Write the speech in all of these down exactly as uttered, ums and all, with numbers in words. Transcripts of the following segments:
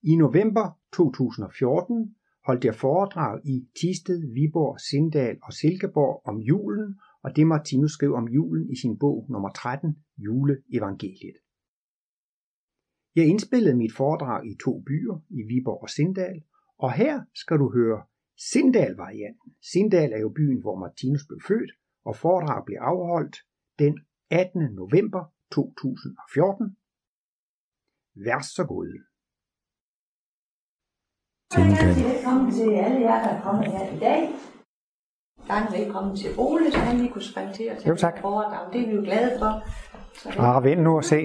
I november to tusind og fjorten holdt jeg foredrag i Thisted, Viborg, Sindal og Silkeborg om julen, og det Martinus skrev om julen i sin bog nummer tretten, Juleevangeliet. Jeg indspillede mit foredrag i to byer, i Viborg og Sindal, og her skal du høre Sindal-varianten. Sindal er jo byen, hvor Martinus blev født, og foredraget blev afholdt den attende november to tusind og fjorten. Vær så god. Velkommen til alle jer, der er kommet her i dag. Gerne velkommen til Ole, så han lige kunne springe til og tage et foredrag. Det er vi jo glade for. Ah, vent nu og se. Det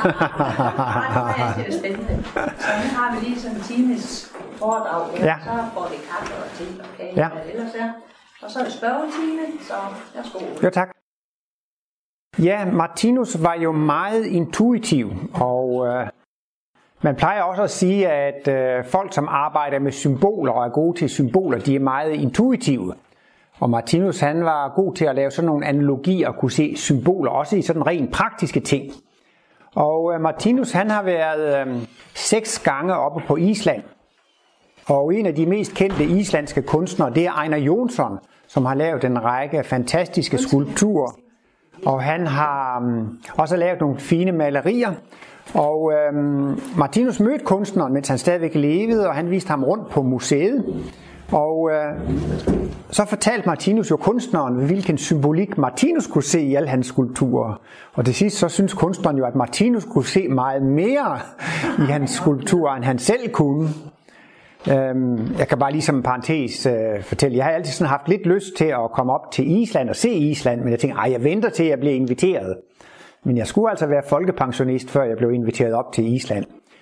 er spændende. Så nu har vi lige sådan en times foredrag. Ja. Så får vi kaffe og te og kage, ja. Hvad det ellers er. Og så er det spørgetime, så værsgo. Jo, tak. Ja, Martinus var jo meget intuitiv, og øh, man plejer også at sige, at øh, folk, som arbejder med symboler og er gode til symboler, de er meget intuitive. Og Martinus, han var god til at lave sådan nogle analogier og kunne se symboler, også i sådan rent praktiske ting. Og øh, Martinus, han har været øh, seks gange oppe på Island. Og en af de mest kendte islandske kunstnere, det er Einar Jónsson, som har lavet en række fantastiske skulpturer. Og han har øh, også lavet nogle fine malerier. Og øh, Martinus mødte kunstneren, mens han stadigvæk levede, og han viste ham rundt på museet. Og øh, så fortalte Martinus jo kunstneren, hvilken symbolik Martinus kunne se i alle hans skulpturer. Og til sidst så synes kunstneren jo, at Martinus kunne se meget mere i hans skulpturer, end han selv kunne. Øhm, jeg kan bare lige som en parentes øh, fortælle, jeg har altid sådan haft lidt lyst til at komme op til Island og se Island, men jeg tænkte, ej, jeg venter til, at jeg bliver inviteret. Men jeg skulle altså være folkepensionist, før jeg blev inviteret op til Island.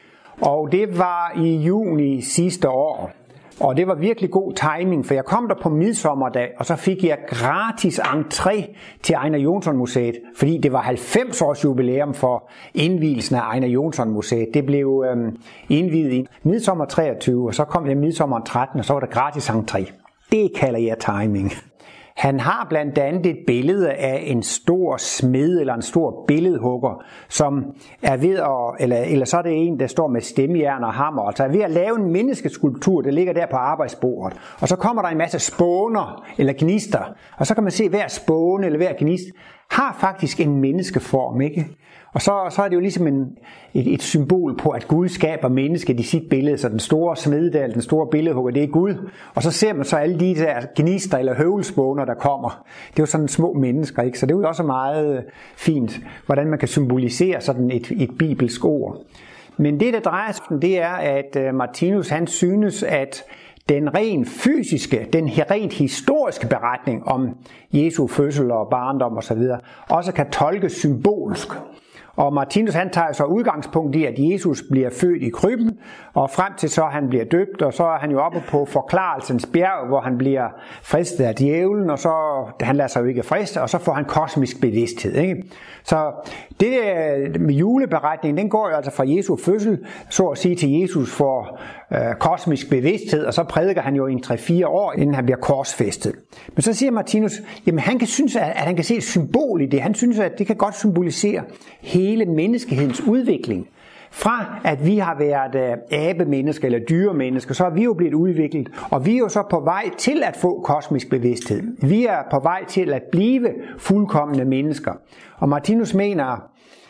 Og det var i juni sidste år. Og det var virkelig god timing, for jeg kom der på midsommerdag, og så fik jeg gratis entré til Einar Jónsson Museet, fordi det var halvfems års jubilæum for indvielsen af Einar Jónsson Museet. Det blev øhm, indviet i midsommer treogtyve, og så kom jeg midsommer tretten, og så var der gratis entré. Det kalder jeg timing. Han har blandt andet et billede af en stor smed eller en stor billedhugger, som er ved at, eller, eller så er det en, der står med stemmejern og hammer, altså er ved at lave en menneskeskulptur, der ligger der på arbejdsbordet. Og så kommer der en masse spåner eller gnister, og så kan man se, at hver spåne eller hver gnist har faktisk en menneskeform, ikke? Og så, så er det jo ligesom en, et, et symbol på, at Gud skaber mennesket i sit billede. Så den store smededal, den store billedhugger, det er Gud. Og så ser man så alle de der gnister eller høvlspåner, der kommer. Det er jo sådan små mennesker, ikke? Så det er jo også meget fint, hvordan man kan symbolisere sådan et, et bibelsk ord. Men det, der drejer sig om, det er, at Martinus, han synes, at den rent fysiske, den rent historiske beretning om Jesu fødsel og barndom osv., også kan tolkes symbolsk. Og Martinus, han tager så udgangspunkt i, at Jesus bliver født i krybben, og frem til så han bliver døbt, og så er han jo oppe på forklarelsens bjerg, hvor han bliver fristet af djævlen, og så han lader sig jo ikke friste, og så får han kosmisk bevidsthed, ikke? Så det der med juleberetningen, den går jo altså fra Jesu fødsel, så at sige, til Jesus får øh, kosmisk bevidsthed, og så prædiker han jo i en tre fire år, inden han bliver korsfæstet. Men så siger Martinus, jamen han kan synes, at han kan se et symbol i det. Han synes, at det kan godt symbolisere hele menneskehedens udvikling. Fra at vi har været abemennesker eller dyremennesker, så er vi jo blevet udviklet, og vi er jo så på vej til at få kosmisk bevidsthed. Vi er på vej til at blive fuldkomne mennesker. Og Martinus mener,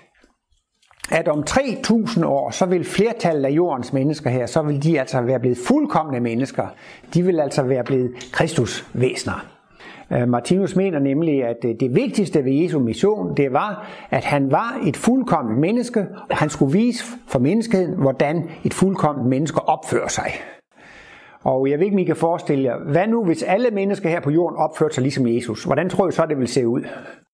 at om tre tusind år, så vil flertallet af jordens mennesker her, så vil de altså være blevet fuldkomne mennesker. De vil altså være blevet Kristusvæsener. Martinus mener nemlig, at det vigtigste ved Jesu mission, det var, at han var et fuldkomment menneske, og han skulle vise for menneskeheden, hvordan et fuldkomment menneske opfører sig. Og jeg ved ikke, om I kan forestille jer, hvad nu hvis alle mennesker her på jorden opførte sig ligesom Jesus? Hvordan tror I så, det vil se ud?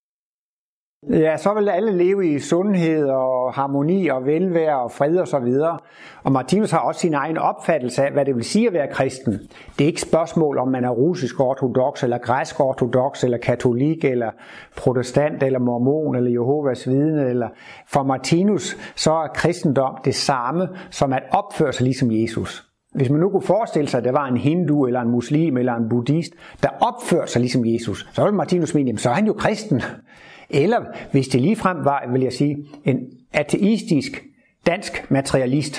Ja, så vil alle leve i sundhed og harmoni og velvære og fred og så videre. Og Martinus har også sin egen opfattelse af, hvad det vil sige at være kristen. Det er ikke spørgsmål, om man er russisk ortodoks, eller græsk ortodoks, eller katolik, eller protestant, eller mormon, eller Jehovas vidne. Eller for Martinus, så er kristendom det samme som at opføre sig ligesom Jesus. Hvis man nu kunne forestille sig, at der var en hindu, eller en muslim, eller en buddhist, der opførte sig ligesom Jesus, så ville Martinus mene, så er han jo kristen. Eller hvis det ligefrem var, vil jeg sige, en ateistisk dansk materialist,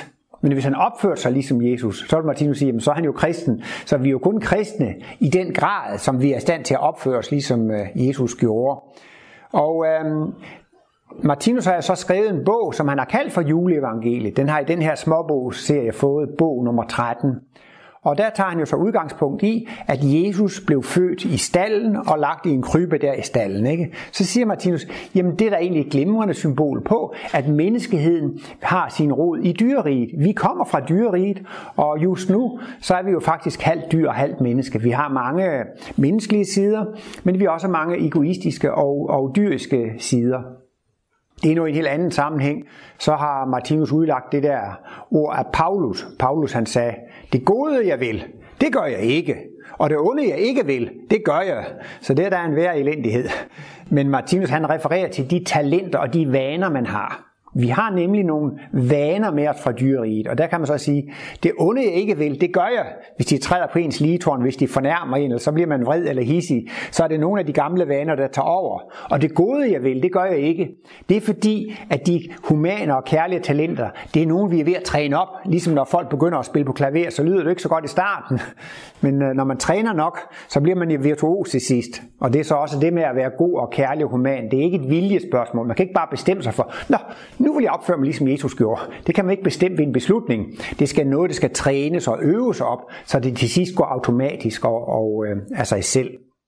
Men hvis han opførte sig ligesom Jesus, så vil Martinus sige, jamen, så er han jo kristen. Så vi er jo kun kristne i den grad, som vi er i stand til at opføre os, ligesom Jesus gjorde. Og øhm, Martinus har så skrevet en bog, som han har kaldt for Juleevangeliet. Den har i den her småbogsserie fået bog nummer tretten. Og der tager han jo så udgangspunkt i, at Jesus blev født i stallen og lagt i en krybe der i stallen. Ikke? Så siger Martinus, jamen det er der egentlig et glimrende symbol på, at menneskeheden har sin rod i dyreriget. Vi kommer fra dyreriget, og just nu, så er vi jo faktisk halvt dyr og halvt menneske. Vi har mange menneskelige sider, men vi har også mange egoistiske og, og dyriske sider. Det er nu i en helt anden sammenhæng. Så har Martinus udlagt det der ord af Paulus. Paulus han sagde, det gode jeg vil, det gør jeg ikke. Og det onde jeg ikke vil, det gør jeg. Så det er der en værre elendighed. Men Martinus han refererer til de talenter og de vaner man har. Vi har nemlig nogle vaner med os fra dyreriget, og der kan man så sige, det onde jeg ikke vil, det gør jeg, hvis de træder på ens ligetårn, hvis de fornærmer en, eller så bliver man vred eller hissig, så er det nogle af de gamle vaner, der tager over. Og det gode jeg vil, det gør jeg ikke. Det er fordi, at de humane og kærlige talenter, det er nogen, vi er ved at træne op, ligesom når folk begynder at spille på klaver, så lyder det ikke så godt i starten. Men når man træner nok, så bliver man jo virtuos til sidst. Og det er så også det med at være god og kærlig og human. Det er ikke et viljespørgsmål. Man kan ikke bare bestemme sig for, nå, nu vil jeg opføre mig ligesom Jesus gjorde. Det kan man ikke bestemme ved en beslutning. Det skal noget, der skal trænes og øves op, så det til sidst går automatisk og, og øh, af sig selv.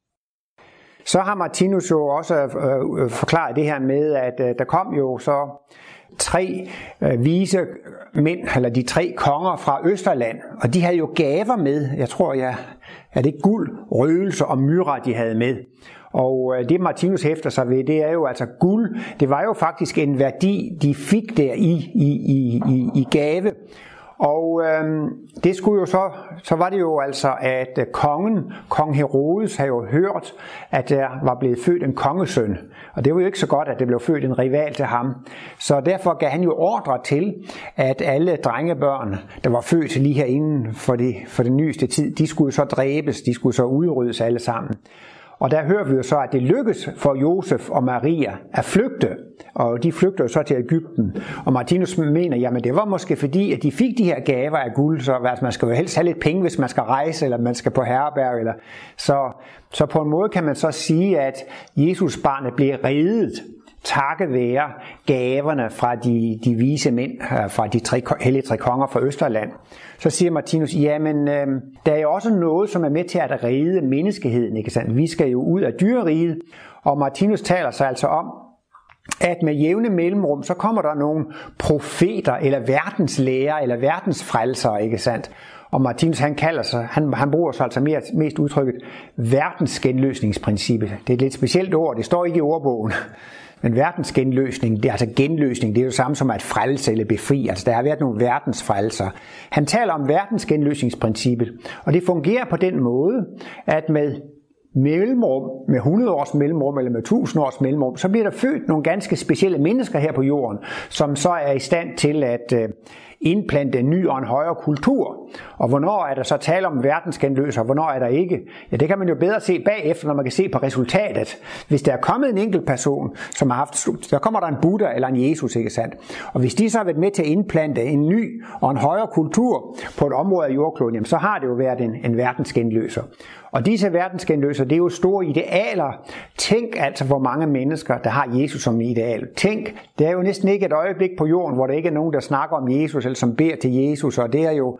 Så har Martinus jo også øh, forklaret det her med, at øh, der kom jo så tre øh, vise mænd, eller de tre konger fra Østerland, og de havde jo gaver med. Jeg tror, ja, at det guld, røgelse og myra, de havde med. Og det Martinus hæfter sig ved, det er jo altså guld. Det var jo faktisk en værdi, de fik der i, i, i, i, i gave. Og øhm, det skulle jo så, så var det jo altså, at kongen, kong Herodes, havde jo hørt, at der var blevet født en kongesøn. Og det var jo ikke så godt, at det blev født en rival til ham. Så derfor gav han jo ordre til, at alle drengebørn, der var født lige herinde for det, for det nyeste tid, de skulle så dræbes, de skulle så udryddes alle sammen. Og der hører vi jo så, at det lykkes for Josef og Maria at flygte, og de flygter jo så til Egypten. Og Martinus mener, jamen det var måske fordi, at de fik de her gaver af guld, så altså, man skal jo helst have lidt penge, hvis man skal rejse, eller man skal på herberg. Eller. Så, så på en måde kan man så sige, at Jesus barnet blev reddet, takket være gaverne fra de, de vise mænd, fra de tre, hellige tre konger fra Østerland. Så siger Martinus, jamen øh, der er jo også noget, som er med til at redde menneskeheden, ikke sandt? Vi skal jo ud af dyreriget, og Martinus taler sig altså om, at med jævne mellemrum, så kommer der nogle profeter, eller verdenslærer, eller verdensfrelsere, ikke sandt? Og Martinus, han kalder sig, han, han bruger så altså mere, mest udtrykket verdensgenløsningsprincippet. Det er et lidt specielt ord, det står ikke i ordbogen. Men verdensgenløsning, det er altså genløsning, det er jo samme som at frelse eller befri. Altså der har været nogle verdensfrelser. Han taler om verdensgenløsningsprincippet, og det fungerer på den måde, at med mellemrum, med hundrede års mellemrum eller med tusind års mellemrum, så bliver der født nogle ganske specielle mennesker her på jorden, som så er i stand til at indplante en ny og en højere kultur. Og hvornår er der så tale om verdensgenløser, og hvornår er der ikke? Ja, det kan man jo bedre se bagefter, når man kan se på resultatet. Hvis der er kommet en enkelt person, som har haft, der kommer der en Buddha eller en Jesus, ikke sandt? Og hvis de så har været med til at indplante en ny og en højere kultur på et område af jordkloden, jamen, så har det jo været en, en verdensgenløser. Og disse verdensgenløser, det er jo store idealer. Tænk altså, hvor mange mennesker, der har Jesus som ideal. Tænk, det er jo næsten ikke et øjeblik på jorden, hvor der ikke er nogen, der snakker om Jesus, eller som beder til Jesus, og det er jo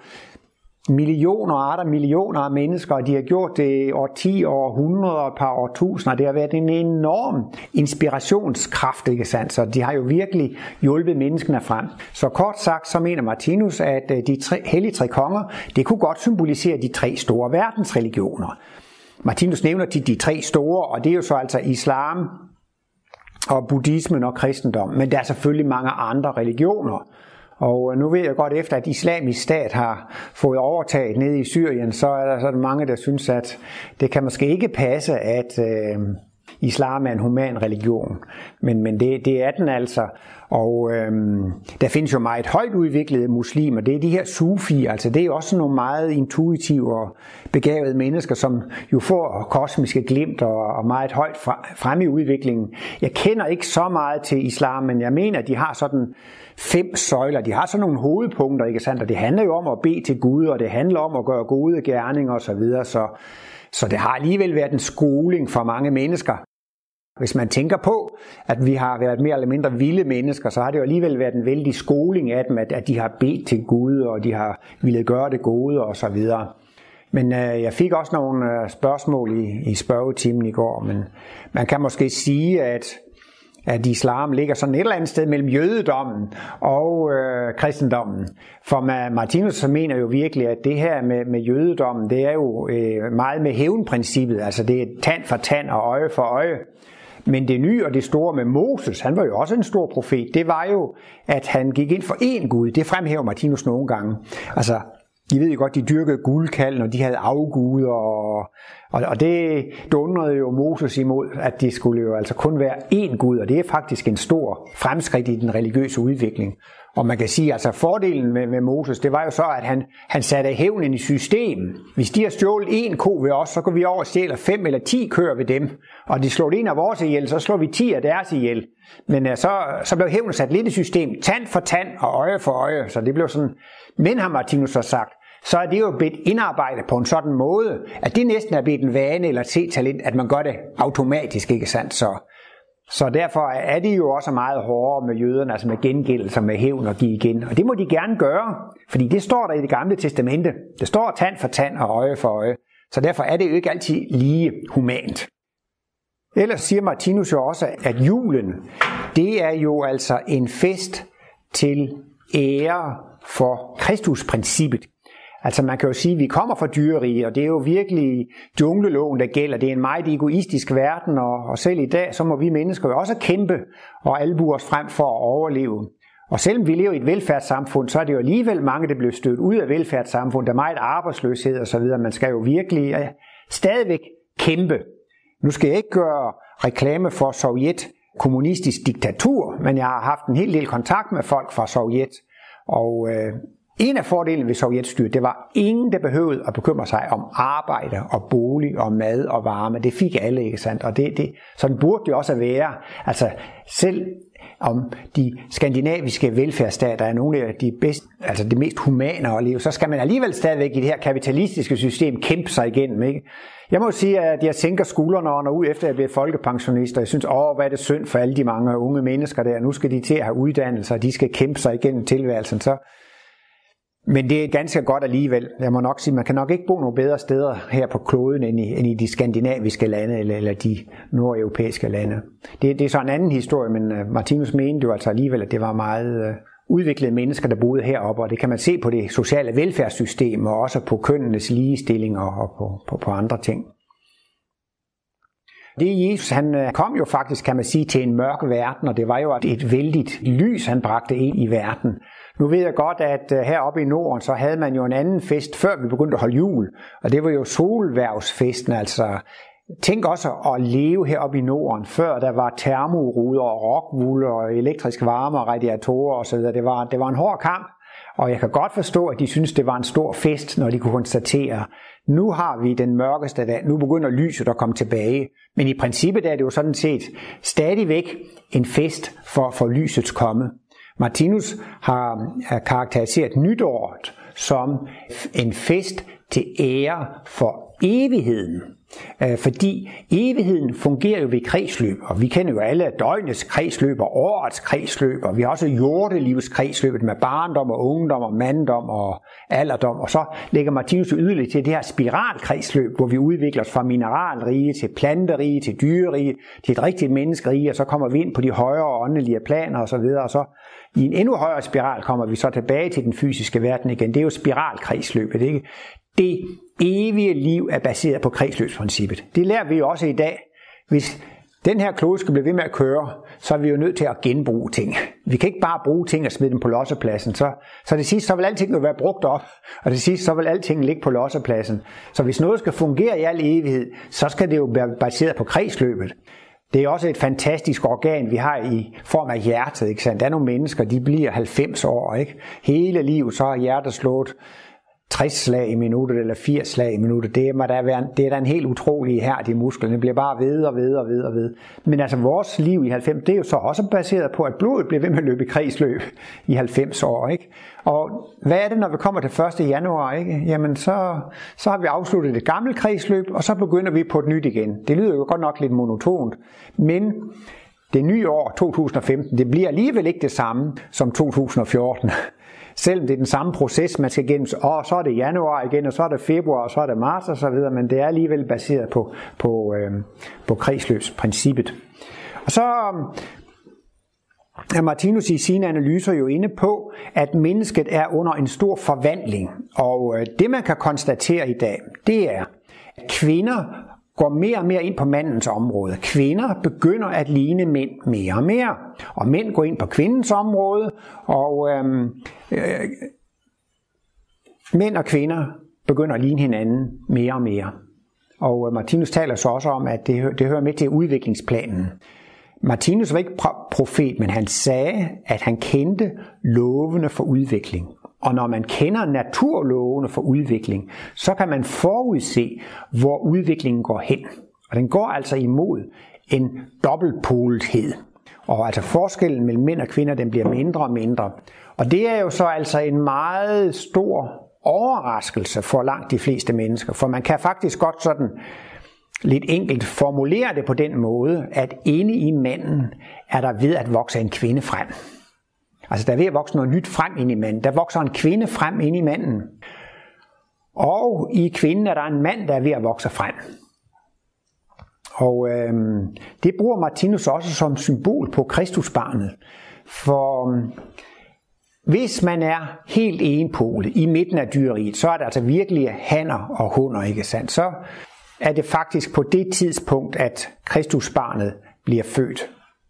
millioner og andre millioner af mennesker, og de har gjort det årtier, århundreder og et par årtusinder. Det har været en enorm inspirationskraft, ikke sandt? Så de har jo virkelig hjulpet menneskene frem. Så kort sagt, så mener Martinus, at de tre, hellige tre konger, det kunne godt symbolisere de tre store verdensreligioner. Martinus nævner de, de tre store, og det er jo så altså islam og buddhismen og kristendom. Men der er selvfølgelig mange andre religioner. Og nu ved jeg godt, efter at Islamisk Stat har fået overtaget nede i Syrien, så er der sådan mange, der synes, at det kan måske ikke passe, at, øh, islam er en human religion, men, men det, det er den altså. Og øhm, der findes jo meget højt udviklede muslimer, det er de her sufier, altså det er jo også nogle meget intuitive og begavede mennesker, som jo får kosmiske glimt og, og meget højt fra, frem i udviklingen. Jeg kender ikke så meget til islam, men jeg mener, at de har sådan fem søjler, de har sådan nogle hovedpunkter, ikke sandt? Og det handler jo om at bede til Gud, og det handler om at gøre gode gerninger osv., så, videre, så så det har alligevel været en skoling for mange mennesker. Hvis man tænker på, at vi har været mere eller mindre vilde mennesker, så har det jo alligevel været en vældig skoling af dem, at, at de har bedt til Gud, og de har ville gøre det gode og så videre. Men øh, jeg fik også nogle øh, spørgsmål i, i spørgetimen i går, men man kan måske sige, at at islam ligger sådan et eller andet sted mellem jødedommen og øh, kristendommen. For Martinus så mener jo virkelig, at det her med, med jødedommen, det er jo øh, meget med hævnprincippet, altså det er tand for tand og øje for øje. Men det nye og det store med Moses, han var jo også en stor profet, det var jo, at han gik ind for én Gud. Det fremhæver Martinus nogle gange. Altså, I ved jo godt, de dyrkede guldkalven, og de havde afguder, og, og, og det dundrede jo Moses imod, at det skulle jo altså kun være én Gud, og det er faktisk en stor fremskridt i den religiøse udvikling. Og man kan sige, altså fordelen med, med Moses, det var jo så, at han, han satte hævnen i system. Hvis de har stjålet én ko ved os, så går vi over og stjæler fem eller ti køer ved dem. Og de slår en af vores ihjel, så slår vi ti af deres ihjel. Men uh, så, så blev hævnen sat lidt i system. Tand for tand og øje for øje. Så det blev sådan. Men har Martinus så sagt, så er det jo blevet indarbejdet på en sådan måde, at det næsten er blevet en vane eller et se-talent, at man gør det automatisk, ikke sandt? Så, så derfor er det jo også meget hårdere med jøderne, altså med gengældelser, med hævn og give igen. Og det må de gerne gøre, fordi det står der i Det Gamle Testamente. Det står tand for tand og øje for øje. Så derfor er det jo ikke altid lige humant. Ellers siger Martinus jo også, at julen, det er jo altså en fest til ære for Kristusprincippet. Altså man kan jo sige, at vi kommer fra dyreriget, og det er jo virkelig jungleloven, der gælder. Det er en meget egoistisk verden, og, og selv i dag, så må vi mennesker jo også kæmpe og albue os frem for at overleve. Og selvom vi lever i et velfærdssamfund, så er det jo alligevel mange, der bliver stødt ud af velfærdssamfund. Der er meget arbejdsløshed og så videre. Man skal jo virkelig ja, stadigvæk kæmpe. Nu skal jeg ikke gøre reklame for Sovjet, kommunistisk diktatur, men jeg har haft en hel del kontakt med folk fra Sovjet, og øh, en af fordelene ved Sovjetstyret, det var ingen, der behøvede at bekymre sig om arbejde og bolig og mad og varme. Det fik alle, ikke sandt? Og det, det, sådan burde det også være. Altså selv om de skandinaviske velfærdsstater er nogle af de bedste, altså det mest humane at leve, så skal man alligevel stadigvæk i det her kapitalistiske system kæmpe sig igennem, ikke? Jeg må sige, at jeg sænker skuldrene og når ud efter jeg bliver folkepensionist, og jeg synes, åh, hvad er det synd for alle de mange unge mennesker der. Nu skal de til at have uddannelse, og de skal kæmpe sig igennem tilværelsen, så men det er ganske godt alligevel. Jeg må nok sige, man kan nok ikke bo nogle bedre steder her på kloden end i, end i de skandinaviske lande eller, eller de nordeuropæiske lande. Det, det er så en anden historie, men Martinus mente jo altså alligevel, at det var meget uh, udviklede mennesker, der boede heroppe, og det kan man se på det sociale velfærdssystem og også på kønnenes ligestilling og, og på, på, på andre ting. Det Jesus, han kom jo faktisk, kan man sige, til en mørk verden, og det var jo et vældigt lys, han bragte ind i verden. Nu ved jeg godt, at heroppe i Norden, så havde man jo en anden fest, før vi begyndte at holde jul, og det var jo solværvsfesten, altså tænk også at leve heroppe i Norden, før der var termoruder og rockwool og elektrisk varme og radiatorer osv. Det var, det var en hård kamp, og jeg kan godt forstå, at de synes, det var en stor fest, når de kunne konstatere, nu har vi den mørkeste dag, nu begynder lyset at komme tilbage. Men i princippet er det jo sådan set stadigvæk en fest for, for lysets komme. Martinus har karakteriseret nytåret som en fest til ære for evigheden. Fordi evigheden fungerer jo ved kredsløb, og vi kender jo alle døgnets kredsløb og årets kredsløb, og vi har også jordelivets kredsløb med barndom og ungdom og manddom og alderdom, og så lægger Martinus yderligere til det her spiralkredsløb, hvor vi udvikler os fra mineralrige til planterige til dyrerige til et rigtigt menneskerige, og så kommer vi ind på de højere åndelige planer og så videre, og så i en endnu højere spiral kommer vi så tilbage til den fysiske verden igen. Det er jo spiralkredsløbet, ikke? Det evige liv er baseret på kredsløbsprincippet. Det lærer vi jo også i dag. Hvis den her klode skal blive ved med at køre, så er vi jo nødt til at genbruge ting. Vi kan ikke bare bruge ting og smide dem på lossepladsen. Så, så det sidste, så vil alting jo være brugt op, og det sidste, så vil alting ligge på lossepladsen. Så hvis noget skal fungere i al evighed, så skal det jo være baseret på kredsløbet. Det er også et fantastisk organ, vi har i form af hjertet, ikke sandt? Der er nogle mennesker, de bliver halvfems år, ikke? Hele livet, så har hjertet slået tres slag i minuttet eller firs slag i minuttet. Det er, der det er da en helt utrolig ihærdig muskel. Det bliver bare ved og ved og ved og ved. Men altså vores liv i halvfems, det er jo så også baseret på, at blodet bliver ved med at løbe i kredsløb i halvfems år, ikke? Og hvad er det, når vi kommer til første januar, ikke? Jamen så, så har vi afsluttet det gamle kredsløb, og så begynder vi på et nyt igen. Det lyder jo godt nok lidt monotont, men det nye år, to tusind og femten, det bliver alligevel ikke det samme som to tusind og fjorten. Selvom det er den samme proces, man skal igennem, og så er det januar igen, og så er det februar, og så er det marts og så videre, men det er alligevel baseret på, på, øh, på kredsløbsprincippet. Og så er Martinus i sine analyser jo inde på, at mennesket er under en stor forvandling, og øh, det man kan konstatere i dag, det er, at kvinder går mere og mere ind på mandens område. Kvinder begynder at ligne mænd mere og mere. Og mænd går ind på kvindens område, og øhm, øh, mænd og kvinder begynder at ligne hinanden mere og mere. Og Martinus taler så også om, at det, det hører med til udviklingsplanen. Martinus var ikke profet, men han sagde, at han kendte lovene for udvikling. Og når man kender naturlovene for udvikling, så kan man forudse, hvor udviklingen går hen. Og den går altså imod en dobbeltpolethed. Og altså forskellen mellem mænd og kvinder, den bliver mindre og mindre. Og det er jo så altså en meget stor overraskelse for langt de fleste mennesker. For man kan faktisk godt sådan lidt enkelt formulere det på den måde, at inde i manden er der ved at vokse en kvinde frem. Altså der er ved at vokse noget nyt frem ind i manden. Der vokser en kvinde frem ind i manden. Og i kvinden er der en mand, der er ved at vokse frem. Og øh, det bruger Martinus også som symbol på Kristusbarnet. For øh, hvis man er helt enpolet i midten af dyreriget, så er det altså virkelig hanner og hunder, ikke sandt? Så er det faktisk på det tidspunkt, at Kristusbarnet bliver født.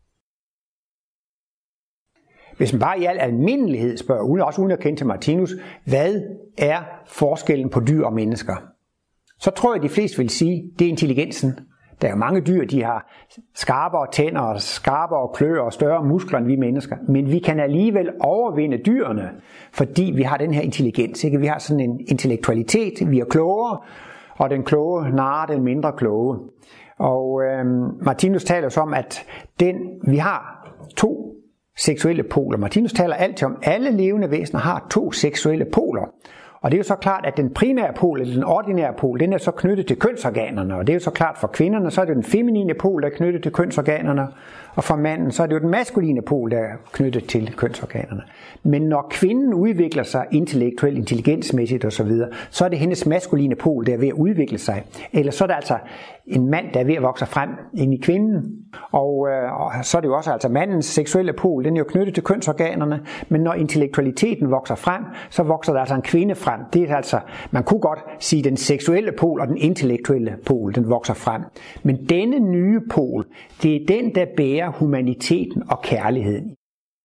Hvis man bare i al almindelighed spørger, også uden at kende til Martinus, hvad er forskellen på dyr og mennesker? Så tror jeg, at de fleste vil sige, det er intelligensen. Der er jo mange dyr, de har skarpere tænder og skarpere kløer og større muskler end vi mennesker. Men vi kan alligevel overvinde dyrene, fordi vi har den her intelligens. Ikke? Vi har sådan en intellektualitet, vi er klogere, og den kloge narrer den mindre kloge. Og øhm, Martinus taler så om, at den, vi har to seksuelle poler. Martinus taler altid om, at alle levende væsener har to seksuelle poler. Og det er jo så klart, at den primære pol, eller den ordinære pol, den er så knyttet til kønsorganerne. Og det er jo så klart for kvinderne, så er det den feminine pol, der er knyttet til kønsorganerne. Og for manden, så er det jo den maskuline pol, der er knyttet til kønsorganerne. Men når kvinden udvikler sig intellektuelt, intelligensmæssigt osv., så er det hendes maskuline pol, der er ved at udvikle sig. Eller så er det altså en mand, der er ved at vokse frem ind i kvinden. Og, øh, og så er det jo også altså mandens seksuelle pol, den er jo knyttet til kønsorganerne. Men når intellektualiteten vokser frem, så vokser der altså en kvinde frem. Det er altså, man kunne godt sige, den seksuelle pol og den intellektuelle pol, den vokser frem. Men denne nye pol, det er den, der bærer humaniteten og kærligheden.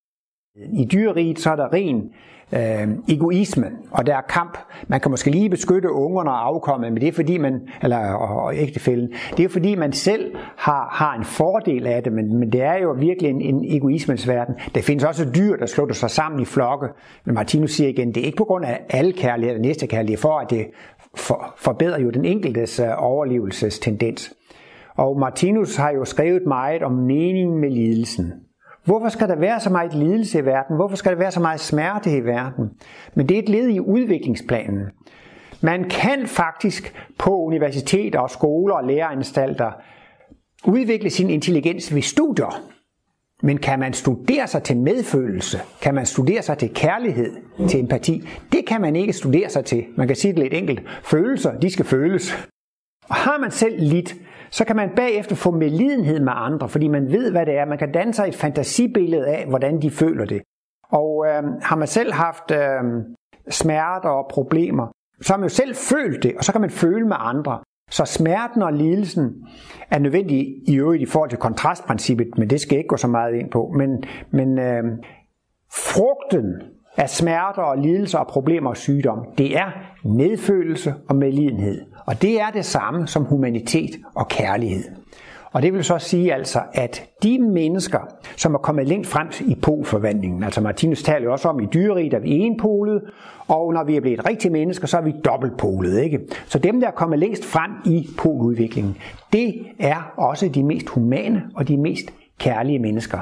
I dyreriget så er der ren øh, egoisme, og der er kamp. Man kan måske lige beskytte ungerne og afkommet, men det er fordi man, eller og, og ægtefællen, det er fordi man selv har, har en fordel af det, men, men det er jo virkelig en, en egoismens verden. Der findes også dyr, der slutter sig sammen i flokke. Men Martinus siger igen, det er ikke på grund af alle kærlighed eller næste kærlighed, for at det for, forbedrer jo den enkeltes uh, overlevelsestendens. Og Martinus har jo skrevet meget om meningen med lidelsen. Hvorfor skal der være så meget lidelse i verden? Hvorfor skal der være så meget smerte i verden? Men det er et led i udviklingsplanen. Man kan faktisk på universiteter og skoler og læreanstalter udvikle sin intelligens ved studier. Men kan man studere sig til medfølelse? Kan man studere sig til kærlighed, til empati? Det kan man ikke studere sig til. Man kan sige det lidt enkelt. Følelser, de skal føles. Og har man selv lidt, så kan man bagefter få medlidenhed med andre, fordi man ved, hvad det er. Man kan danne sig et fantasibillede af, hvordan de føler det. Og øh, har man selv haft øh, smerter og problemer, så har man jo selv følt det, og så kan man føle med andre. Så smerten og lidelsen er nødvendig i øvrigt i forhold til kontrastprincippet, men det skal jeg ikke gå så meget ind på. Men, men øh, frugten af smerter og lidelser og problemer og sygdom, det er medfølelse og medlidenhed. Og det er det samme som humanitet og kærlighed. Og det vil så sige altså, at de mennesker, som er kommet længst frem i polforvandlingen, altså Martinus taler jo også om i dyreriget, der vi er enpolet, og når vi er blevet rigtige mennesker, så er vi dobbeltpolet, ikke? Så dem, der er kommet længst frem i poludviklingen, det er også de mest humane og de mest kærlige mennesker.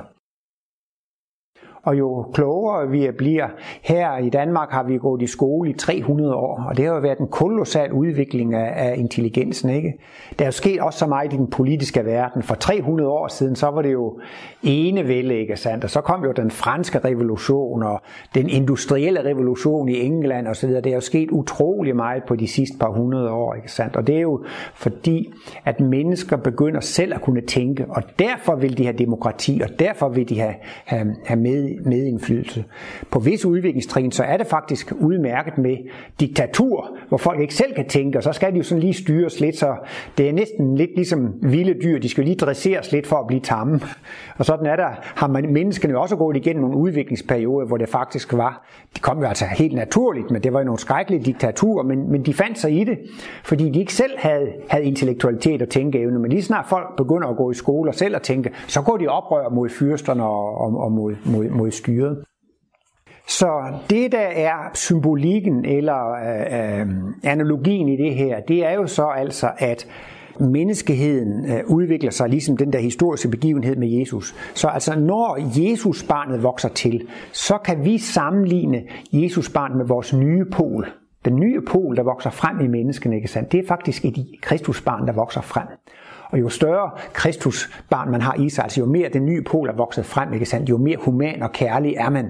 Og jo klogere vi bliver, her i Danmark har vi gået i skole i tre hundrede år, og det har jo været en kolossal udvikling af, af intelligensen, ikke? Der er jo sket også så meget i den politiske verden. For tre hundrede år siden, så var det jo enevælde, ikke sandt? Og så kom jo den franske revolution og den industrielle revolution i England osv. Det er jo sket utrolig meget på de sidste par hundrede år, ikke sandt? Og det er jo fordi, at mennesker begynder selv at kunne tænke, og derfor vil de have demokrati, og derfor vil de have, have, have med medindflydelse. På visse udviklingstrin, så er det faktisk udmærket med diktatur, hvor folk ikke selv kan tænke, og så skal de jo sådan lige styres lidt, så det er næsten lidt ligesom vilde dyr, de skal lige dresseres lidt for at blive tamme. Og sådan er der, har man, menneskene jo også gået igennem nogle udviklingsperioder, hvor det faktisk var, de kom jo altså helt naturligt, men det var jo nogle skrækkelige diktaturer, men, men de fandt sig i det, fordi de ikke selv havde, havde intellektualitet og tænkeevne, men lige snart folk begynder at gå i skole og selv at tænke, så går de oprør mod fyrsterne og, og, og mod, mod, mod styret. Så det, der er symbolikken eller øh, øh, analogien i det her, det er jo så altså, at menneskeheden øh, udvikler sig ligesom den der historiske begivenhed med Jesus. Så altså når Jesus-barnet vokser til, så kan vi sammenligne Jesus-barnet med vores nye pol. Den nye pol, der vokser frem i menneskene, ikke sandt? Det er faktisk et Kristusbarn, der vokser frem. Og jo større Kristusbarn man har i sig, altså jo mere den nye pol er vokset frem, ikke sandt? Jo mere human og kærlig er man.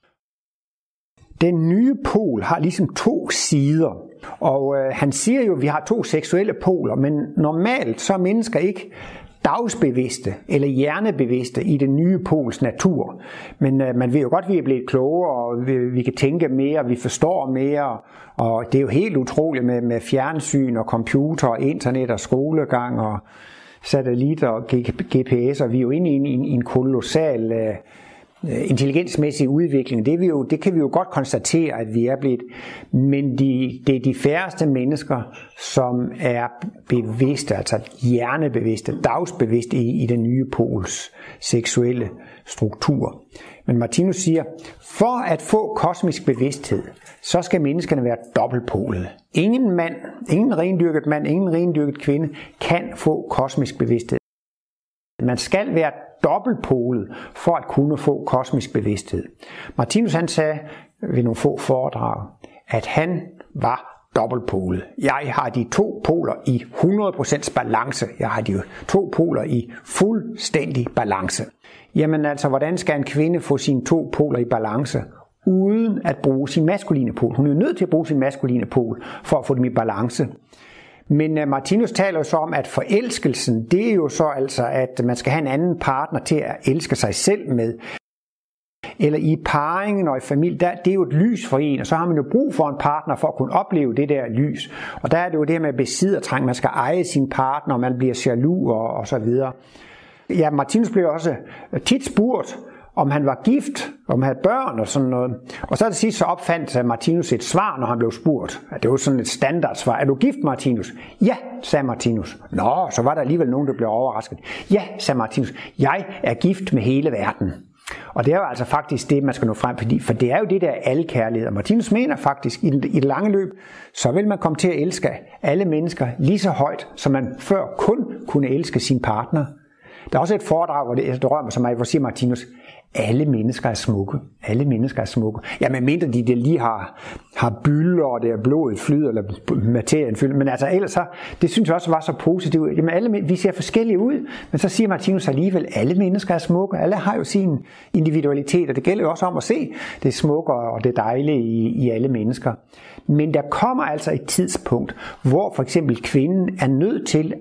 Den nye pol har ligesom to sider, og øh, han siger jo, at vi har to seksuelle poler, men normalt så er mennesker ikke dagsbevidste eller hjernebevidste i den nye pols natur. Men øh, man ved jo godt, at vi er blevet klogere, og vi, vi kan tænke mere, vi forstår mere, og det er jo helt utroligt med, med fjernsyn og computer og internet og skolegang og satellitter og G P S'er. Vi er jo inde i en, en, en kolossal øh, intelligensmæssig udvikling. Det, vi jo, det kan vi jo godt konstatere, at vi er blevet, men de, det er de færreste mennesker, som er bevidste, altså hjernebevidste, dagsbevidste i, i den nye pols seksuelle struktur. Men Martinus siger, for at få kosmisk bevidsthed, så skal menneskerne være dobbeltpolede. Ingen mand, ingen rendyrket mand, ingen rendyrket kvinde kan få kosmisk bevidsthed. Man skal være dobbeltpolet for at kunne få kosmisk bevidsthed. Martinus han sagde ved nogle få foredrag, at han var dobbeltpolet. Jeg har de to poler i hundrede procent balance. Jeg har de to poler i fuldstændig balance. Jamen altså, hvordan skal en kvinde få sine to poler i balance, uden at bruge sin maskuline pol? Hun er nødt til at bruge sin maskuline pol for at få dem i balance. Men Martinus taler jo så om, at forelskelsen, det er jo så altså, at man skal have en anden partner til at elske sig selv med. Eller i parringen og i familie, der, det er jo et lys for en, og så har man jo brug for en partner for at kunne opleve det der lys. Og der er det jo det her med besiddertrang, man skal eje sin partner, og man bliver jaloux og, og så videre. Ja, Martinus blev også tit spurgt, om han var gift, om han havde børn og sådan noget. Og så til sidst så opfandt Martinus et svar, når han blev spurgt. Det var sådan et standardsvar. Er du gift, Martinus? Ja, sagde Martinus. Nå, så var der alligevel nogen, der blev overrasket. Ja, sagde Martinus. Jeg er gift med hele verden. Og det er jo altså faktisk det, man skal nå frem, fordi, for det er jo det der alkærlighed. Og Martinus mener faktisk, i det lange løb, så vil man komme til at elske alle mennesker lige så højt, som man før kun kunne elske sin partner. Der er også et foredrag, hvor det drømmer sig mig, hvor siger Martinus, alle mennesker er smukke. Alle mennesker er smukke. Ja, men mindre de det lige har, har bylder, og det er blodet flyder, eller materien fylder. Men altså ellers så, det synes jeg også var så positivt. Jamen alle, vi ser forskellige ud, men så siger Martinus alligevel, alle mennesker er smukke. Alle har jo sin individualitet, og det gælder jo også om at se det smukke og det dejlige i, i alle mennesker. Men der kommer altså et tidspunkt, hvor for eksempel kvinden er nødt til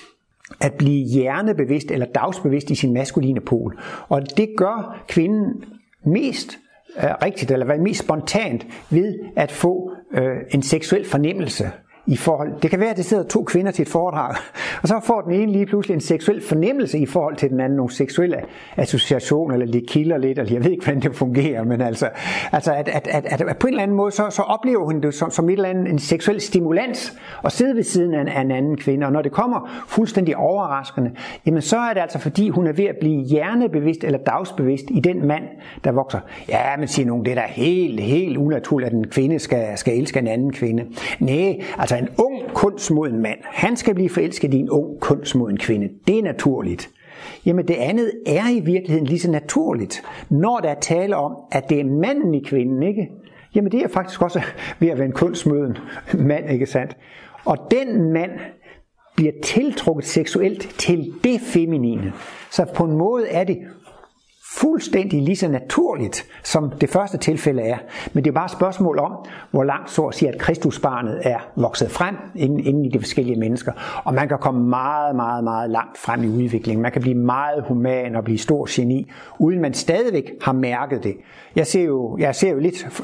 at blive hjernebevidst eller dagsbevidst i sin maskuline pol. Og det gør kvinden mest øh, rigtigt, eller mest spontant, ved at få øh, en seksuel fornemmelse i forhold, det kan være, at det sidder to kvinder til et foredrag, og så får den ene lige pludselig en seksuel fornemmelse i forhold til den anden, nogle seksuelle associationer, eller det kilder lidt, eller jeg ved ikke, hvordan det fungerer, men altså, altså at, at, at, at på en eller anden måde, så, så oplever hun det som, som et eller andet, en seksuel stimulans, at sidde ved siden af en anden kvinde, og når det kommer fuldstændig overraskende, jamen så er det altså fordi, hun er ved at blive hjernebevidst eller dagsbevidst i den mand, der vokser. Ja, men siger nogen, det er da helt, helt unaturligt, at en kvinde skal, skal elske en anden kvinde. Nej, altså en ung kunstmoden mand, han skal blive forelsket i en ung kunstmoden kvinde. Det er naturligt. Jamen det andet er i virkeligheden lige så naturligt, når der er tale om, at det er manden i kvinden, ikke? Jamen det er faktisk også ved at være en kunstmoden mand, ikke sandt? Og den mand bliver tiltrukket seksuelt til det feminine. Så på en måde er det fuldstændig lige så naturligt, som det første tilfælde er. Men det er bare et spørgsmål om, hvor langt så at sige, at Kristusbarnet er vokset frem inden, inden i de forskellige mennesker. Og man kan komme meget, meget, meget langt frem i udviklingen. Man kan blive meget human og blive stor geni, uden man stadigvæk har mærket det. Jeg ser jo, jeg ser jo lidt,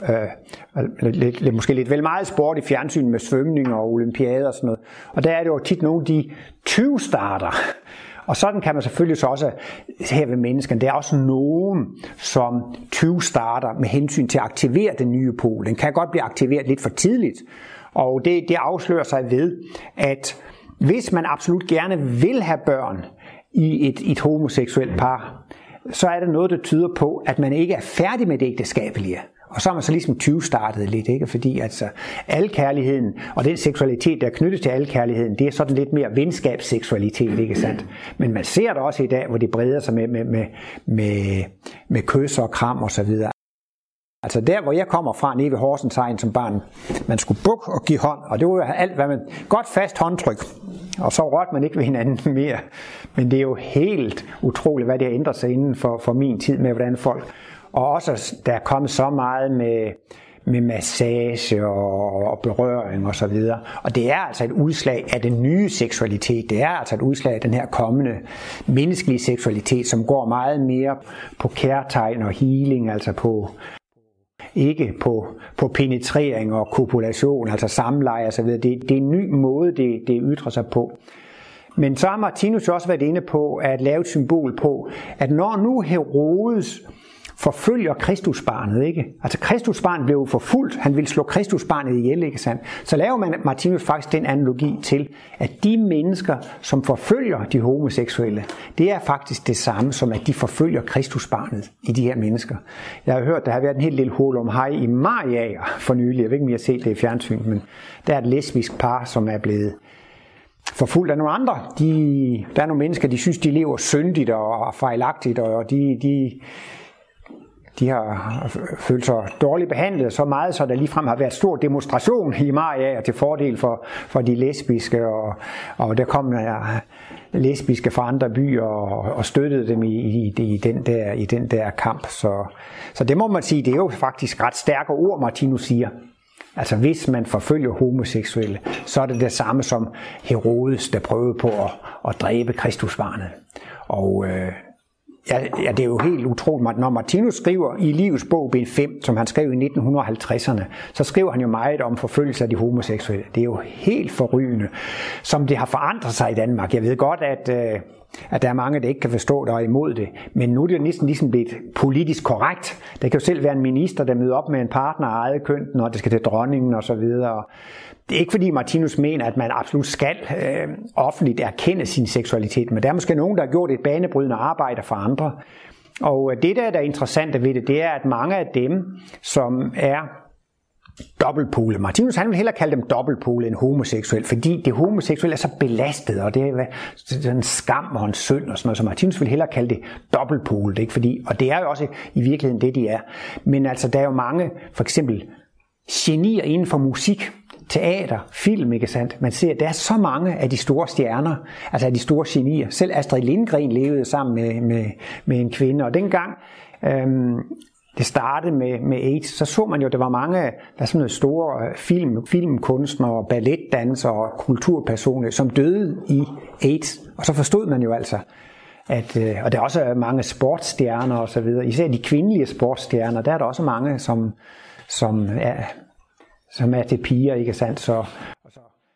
øh, lidt, lidt, måske lidt vel meget sport i fjernsyn med svømning og olympiader og sådan noget. Og der er det jo tit nogle af de tyve starter. Og sådan kan man selvfølgelig så også her ved menneskene. Der er også nogen, som tyve starter med hensyn til at aktivere den nye pol. Den kan godt blive aktiveret lidt for tidligt. Og det, det afslører sig ved, at hvis man absolut gerne vil have børn i et, et homoseksuelt par, så er der noget, der tyder på, at man ikke er færdig med det ægteskabelige. Og så har man så ligesom tyve startet lidt, ikke? Fordi altså alkærligheden og den seksualitet, der er knyttet til alkærligheden, det er sådan lidt mere venskabsseksualitet, ikke sandt? Men man ser det også i dag, hvor det breder sig med, med, med, med, med kys og kram og så videre. Altså der, hvor jeg kommer fra, nede ved Horsens Egn som barn, man skulle bukke og give hånd, og det var alt, hvad man, godt fast håndtryk, og så rørte man ikke ved hinanden mere. Men det er jo helt utroligt, hvad det har ændret sig inden for, for min tid med, hvordan folk. Og også, der er kommet så meget med, med massage og, og berøring og så videre. Og det er altså et udslag af den nye seksualitet. Det er altså et udslag af den her kommende menneskelige seksualitet, som går meget mere på kærtegn og healing, altså på ikke på, på penetrering og kopulation, altså samleje og så videre. Det, det er en ny måde, det, det ytrer sig på. Men så har Martinus også været inde på at lave et symbol på, at når nu Herodes forfølger Kristusbarnet, ikke? Altså Kristusbarnet blev forfulgt, han ville slå Kristusbarnet ihjel, ikke sandt? Så laver man Martinus faktisk den analogi til, at de mennesker, som forfølger de homoseksuelle, det er faktisk det samme som, at de forfølger Kristusbarnet i de her mennesker. Jeg har hørt, der har været en helt lille hurlum hej i Mariager for nylig, jeg ved ikke, om I har set det i fjernsyn, men der er et lesbisk par, som er blevet forfulgt af nogle andre. De, der er nogle mennesker, de synes, de lever syndigt og fejlagtigt, og de... de De har følt sig dårligt behandlet så meget, så der ligefrem har været stor demonstration i Mariager til fordel for, for de lesbiske, og, og der kom ja, lesbiske fra andre byer og, og støttede dem i, i, i, den der, i den der kamp. Så, så det må man sige, det er jo faktisk ret stærke ord, Martinus siger. Altså hvis man forfølger homoseksuelle, så er det det samme som Herodes, der prøvede på at, at dræbe Kristusbarnet. Og øh, Ja, ja, det er jo helt utroligt. Når Martinus skriver i Livets bog, bind fem, som han skrev i nitten halvtredserne, så skriver han jo meget om forfølgelse af de homoseksuelle. Det er jo helt forrygende, som det har forandret sig i Danmark. Jeg ved godt, at, at der er mange, der ikke kan forstå, der er imod det. Men nu er det næsten ligesom blevet politisk korrekt. Der kan jo selv være en minister, der møder op med en partner af eget køn, når det skal til dronningen og så videre. Det er ikke fordi Martinus mener, at man absolut skal øh, offentligt erkende sin seksualitet, men der er måske nogen, der har gjort et banebrydende arbejde for andre. Og det, der er interessant ved det, det er, at mange af dem, som er dobbeltpole, Martinus han vil hellere kalde dem dobbeltpole end homoseksuel, fordi det homoseksuelle er så belastet, og det er en skam og en synd og sådan noget, så Martinus vil hellere kalde det dobbeltpole, ikke? Fordi, og det er jo også i virkeligheden det, de er. Men altså, der er jo mange, for eksempel genier inden for musik, teater, film, ikke sandt? Man ser, der er så mange af de store stjerner, altså af de store genier. Selv Astrid Lindgren levede sammen med, med, med en kvinde, og dengang øhm, det startede med, med AIDS, så så man jo, at der var mange der sådan nogle store film, filmkunstnere, balletdansere og kulturpersoner, som døde i AIDS. Og så forstod man jo altså, at, øh, og der er også mange sportsstjerner og så videre. Især de kvindelige sportsstjerner, der er der også mange, som, som er... som er til piger, ikke sandt? Så,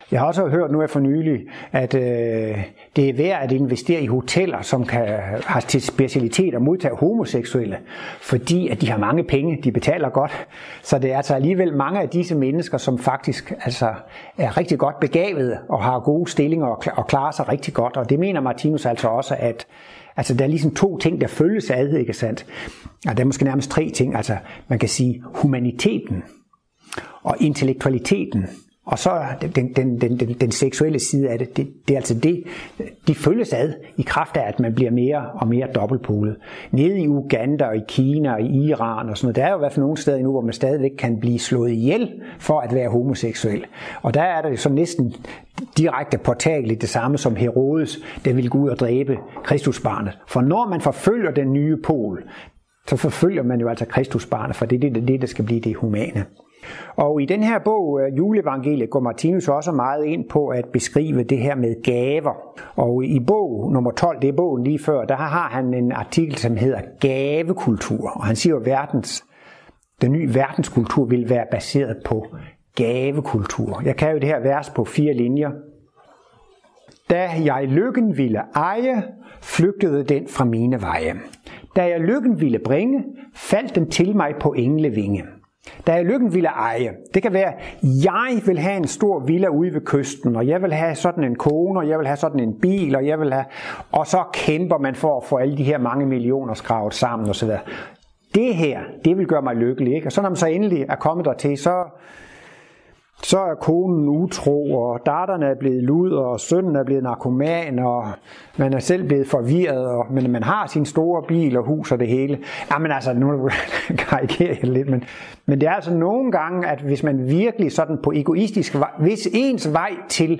Jeg har også hørt nu af for nylig, at øh, det er værd at investere i hoteller, som kan have til specialitet at modtage homoseksuelle, fordi at de har mange penge, de betaler godt. Så det er altså alligevel mange af disse mennesker, som faktisk altså, er rigtig godt begavede og har gode stillinger og, og klarer sig rigtig godt. Og det mener Martinus altså også, at altså, der er ligesom to ting, der følges ad, ikke sandt? Og der er måske nærmest tre ting. Altså, man kan sige humaniteten og intellektualiteten. Og så den, den, den, den, den seksuelle side af det, det, det er altså det, de følges ad i kraft af, at man bliver mere og mere dobbeltpolet. Nede i Uganda og i Kina og i Iran og sådan noget, der er jo i hvert fald nogle steder nu, hvor man stadigvæk kan blive slået ihjel for at være homoseksuel. Og der er det så næsten direkte påtageligt det samme som Herodes, der ville gå ud og dræbe Kristusbarnet. For når man forfølger den nye pol, så forfølger man jo altså Kristusbarnet, for det er det, det, der skal blive det humane. Og i den her bog, Juleevangeliet, går Martinus også meget ind på at beskrive det her med gaver. Og i bog nummer tolv, det er bogen lige før, der har han en artikel, som hedder Gavekultur. Og han siger jo, at verdens, den nye verdenskultur vil være baseret på gavekultur. Jeg kan jo det her vers på fire linjer. Da jeg lykken ville eje, flygtede den fra mine veje. Da jeg lykken ville bringe, faldt den til mig på englevinge. Da jeg lykken ville eje, det kan være, jeg vil have en stor villa ude ved kysten, og jeg vil have sådan en kone, og jeg vil have sådan en bil, og jeg vil have, og så kæmper man for at få alle de her mange millioner skravet sammen osv. Det her, det vil gøre mig lykkelig, ikke? Og så når man så endelig er kommet dertil, så så er konen utro, og datteren er blevet luder, og sønnen er blevet narkoman, og man er selv blevet forvirret, og, men man har sin store bil og hus og det hele. Jamen altså, nu karikerer jeg lidt, men, men det er altså nogle gange, at hvis man virkelig sådan på egoistisk vej, hvis ens vej til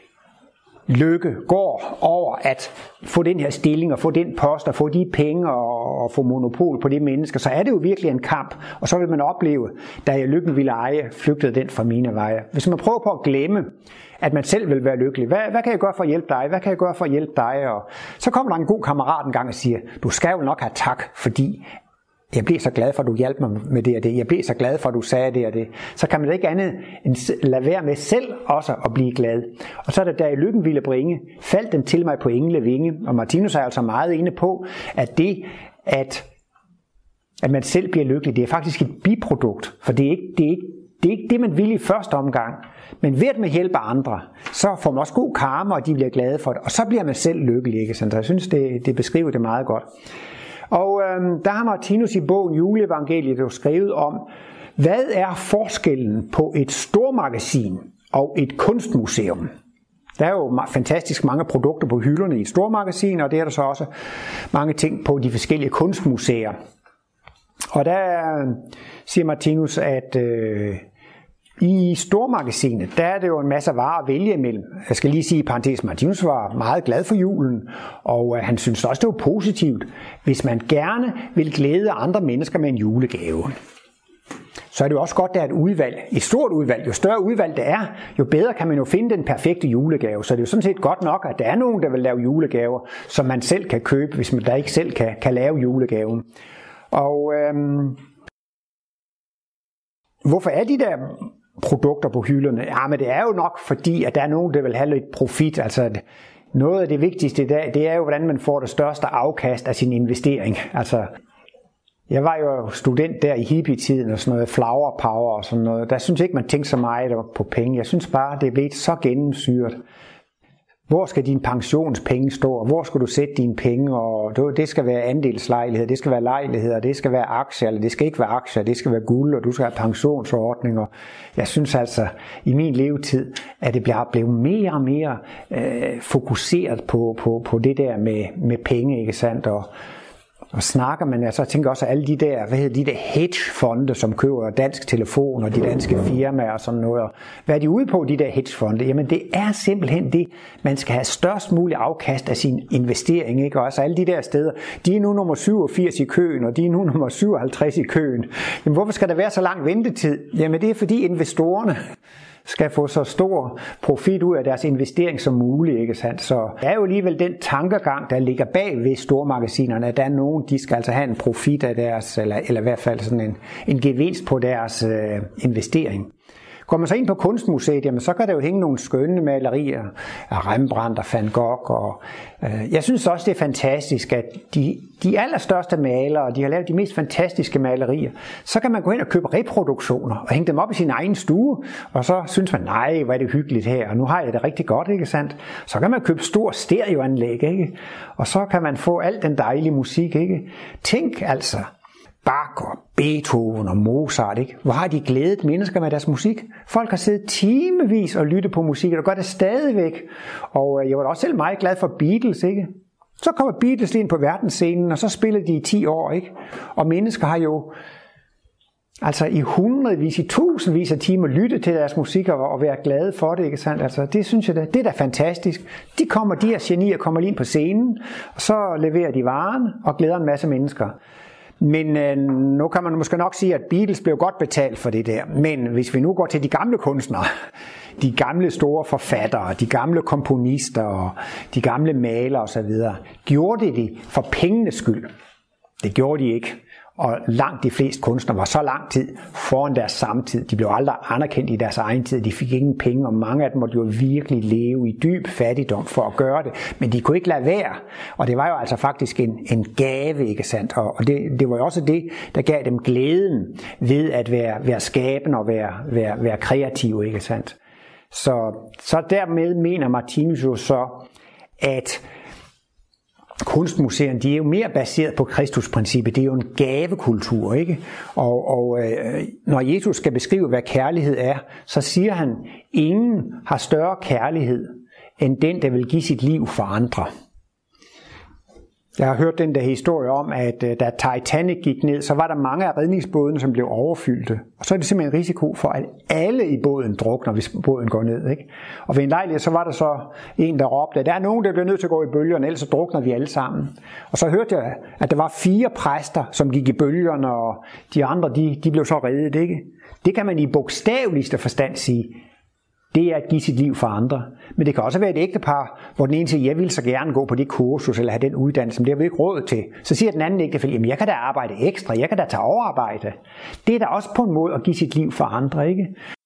lykke går over at få den her stilling og få den post og få de penge og, og få monopol på det mennesker, så er det jo virkelig en kamp. Og så vil man opleve, da jeg lykken ville eje, flygtede den fra mine veje. Hvis man prøver på at glemme, at man selv vil være lykkelig, hvad, hvad kan jeg gøre for at hjælpe dig? Hvad kan jeg gøre for at hjælpe dig? Og så kommer der en god kammerat en gang og siger, du skal jo nok have tak, fordi jeg blev så glad for, at du hjalp mig med det og det. Jeg blev så glad for, at du sagde det og det. Så kan man da ikke andet end lade være med selv også at blive glad. Og så er det, da jeg lykken ville bringe, faldt den til mig på englevinge. Og Martinus er altså meget inde på, at det, at, at man selv bliver lykkelig, det er faktisk et biprodukt. For det er ikke det, er ikke, det, er ikke det man vil i første omgang. Men ved at man hjælper andre, så får man også god karma, og de bliver glade for det. Og så bliver man selv lykkelig, ikke? Så jeg synes, det, det beskriver det meget godt. Og øhm, der har Martinus i bogen Juleevangeliet jo skrevet om, hvad er forskellen på et stormagasin og et kunstmuseum? Der er jo fantastisk mange produkter på hylderne i et stormagasin, og det er der så også mange ting på de forskellige kunstmuseer. Og der øh, siger Martinus, at øh, i stormagasinet, der er det jo en masse varer at vælge imellem. Jeg skal lige sige i parentes, Martinus var meget glad for julen, og han synes også, det var positivt, hvis man gerne vil glæde andre mennesker med en julegave. Så er det jo også godt, der er et udvalg, et stort udvalg. Jo større udvalg det er, jo bedre kan man jo finde den perfekte julegave. Så det er jo sådan set godt nok, at der er nogen, der vil lave julegaver, som man selv kan købe, hvis man der ikke selv kan, kan lave julegaven. Og øhm, hvorfor er de der produkter på hylderne? Ja, men det er jo nok fordi, at der er nogen, der vil have lidt profit. Altså noget af det vigtigste i dag, det er jo, hvordan man får det største afkast af sin investering. Altså, jeg var jo student der i hippie-tiden og sådan noget, flower power og sådan noget. Der synes jeg ikke, man tænkte så meget på penge. Jeg synes bare, det er blevet så gennemsyret. Hvor skal din pensionspenge stå, og hvor skal du sætte dine penge, og det skal være andelslejligheder, det skal være lejligheder, det skal være aktier, eller det skal ikke være aktier, det skal være guld, og du skal have pensionsordninger. Jeg synes altså, i min levetid, at det bliver blevet mere og mere øh, fokuseret på, på, på det der med, med penge, ikke sandt, og Og snakker man, altså jeg tænker også alle de der, hvad hedder de der hedgefonde, som køber Dansk Telefon og de danske firmaer og sådan noget. Hvad er de ude på, de der hedgefonde? Jamen det er simpelthen det, man skal have størst mulig afkast af sin investering, ikke? Og altså alle de der steder, de er nu nummer syvogfirs i køen, og de er nu nummer syvoghalvtreds i køen. Jamen hvorfor skal der være så lang ventetid? Jamen det er fordi investorerne skal få så stor profit ud af deres investering som muligt, ikke sandt? Så det er jo alligevel den tankegang, der ligger bag ved stormagasinerne, at der er nogen, de skal altså have en profit af deres, eller, eller i hvert fald sådan en, en gevinst på deres øh, investering. Går man så ind på Kunstmuseet, jamen, så kan der jo hænge nogle skønne malerier af Rembrandt og Van Gogh. Og, øh, jeg synes også, det er fantastisk, at de, de allerstørste malere, de har lavet de mest fantastiske malerier. Så kan man gå ind og købe reproduktioner og hænge dem op i sin egen stue, og så synes man, nej, hvor er det hyggeligt her, og nu har jeg det rigtig godt, ikke sandt? Så kan man købe stor stereoanlæg, ikke? Og så kan man få al den dejlige musik, ikke? Tænk altså, Bach og Beethoven og Mozart, ikke? Hvor har de glædet mennesker med deres musik? Folk har siddet timevis og lyttet på musik, og gør det stadigvæk. Og jeg var også selv meget glad for Beatles, ikke? Så kommer Beatles ind på verdensscenen, og så spiller de i ti år, ikke? Og mennesker har jo altså i hundredvis, i tusindvis af timer lyttet til deres musik og være glade for det, ikke sandt? Altså, det synes jeg da, det er da fantastisk. De kommer, de her genier kommer lige ind på scenen, og så leverer de varen og glæder en masse mennesker. Men øh, nu kan man måske nok sige, at Beatles blev godt betalt for det der. Men hvis vi nu går til de gamle kunstnere, de gamle store forfattere, de gamle komponister og de gamle malere osv., gjorde de det for pengenes skyld? Det gjorde de ikke. Og langt de fleste kunstnere var så lang tid foran deres samtid. De blev aldrig anerkendt i deres egen tid. De fik ingen penge, og mange af dem måtte jo virkelig leve i dyb fattigdom for at gøre det. Men de kunne ikke lade være. Og det var jo altså faktisk en, en gave, ikke sandt? Og det, det var jo også det, der gav dem glæden ved at være, være skabende og være, være, være kreative, ikke sandt? Så, så dermed mener Martinus jo så, at kunstmuseerne, de er jo mere baseret på Kristusprincippet. Det er jo en gavekultur, ikke? Og, og øh, når Jesus skal beskrive, hvad kærlighed er, så siger han, ingen har større kærlighed, end den, der vil give sit liv for andre. Jeg har hørt den der historie om, at da Titanic gik ned, så var der mange af redningsbådene, som blev overfyldte. Og så er det simpelthen en risiko for, at alle i båden drukner, hvis båden går ned, ikke? Og ved en lejlighed, så var der så en, der råbte, der er nogen, der bliver nødt til at gå i bølgerne, ellers så drukner vi alle sammen. Og så hørte jeg, at der var fire præster, som gik i bølgerne, og de andre, de, de blev så reddet, ikke? Det kan man i bogstaveligste forstand sige. Det er at give sit liv for andre. Men det kan også være et ægtepar, hvor den ene siger, jeg vil så gerne gå på det kursus, eller have den uddannelse, men det har vi ikke råd til. Så siger den anden ægtefælle, jamen jeg kan da arbejde ekstra, jeg kan da tage overarbejde. Det er da også på en måde at give sit liv for andre, ikke?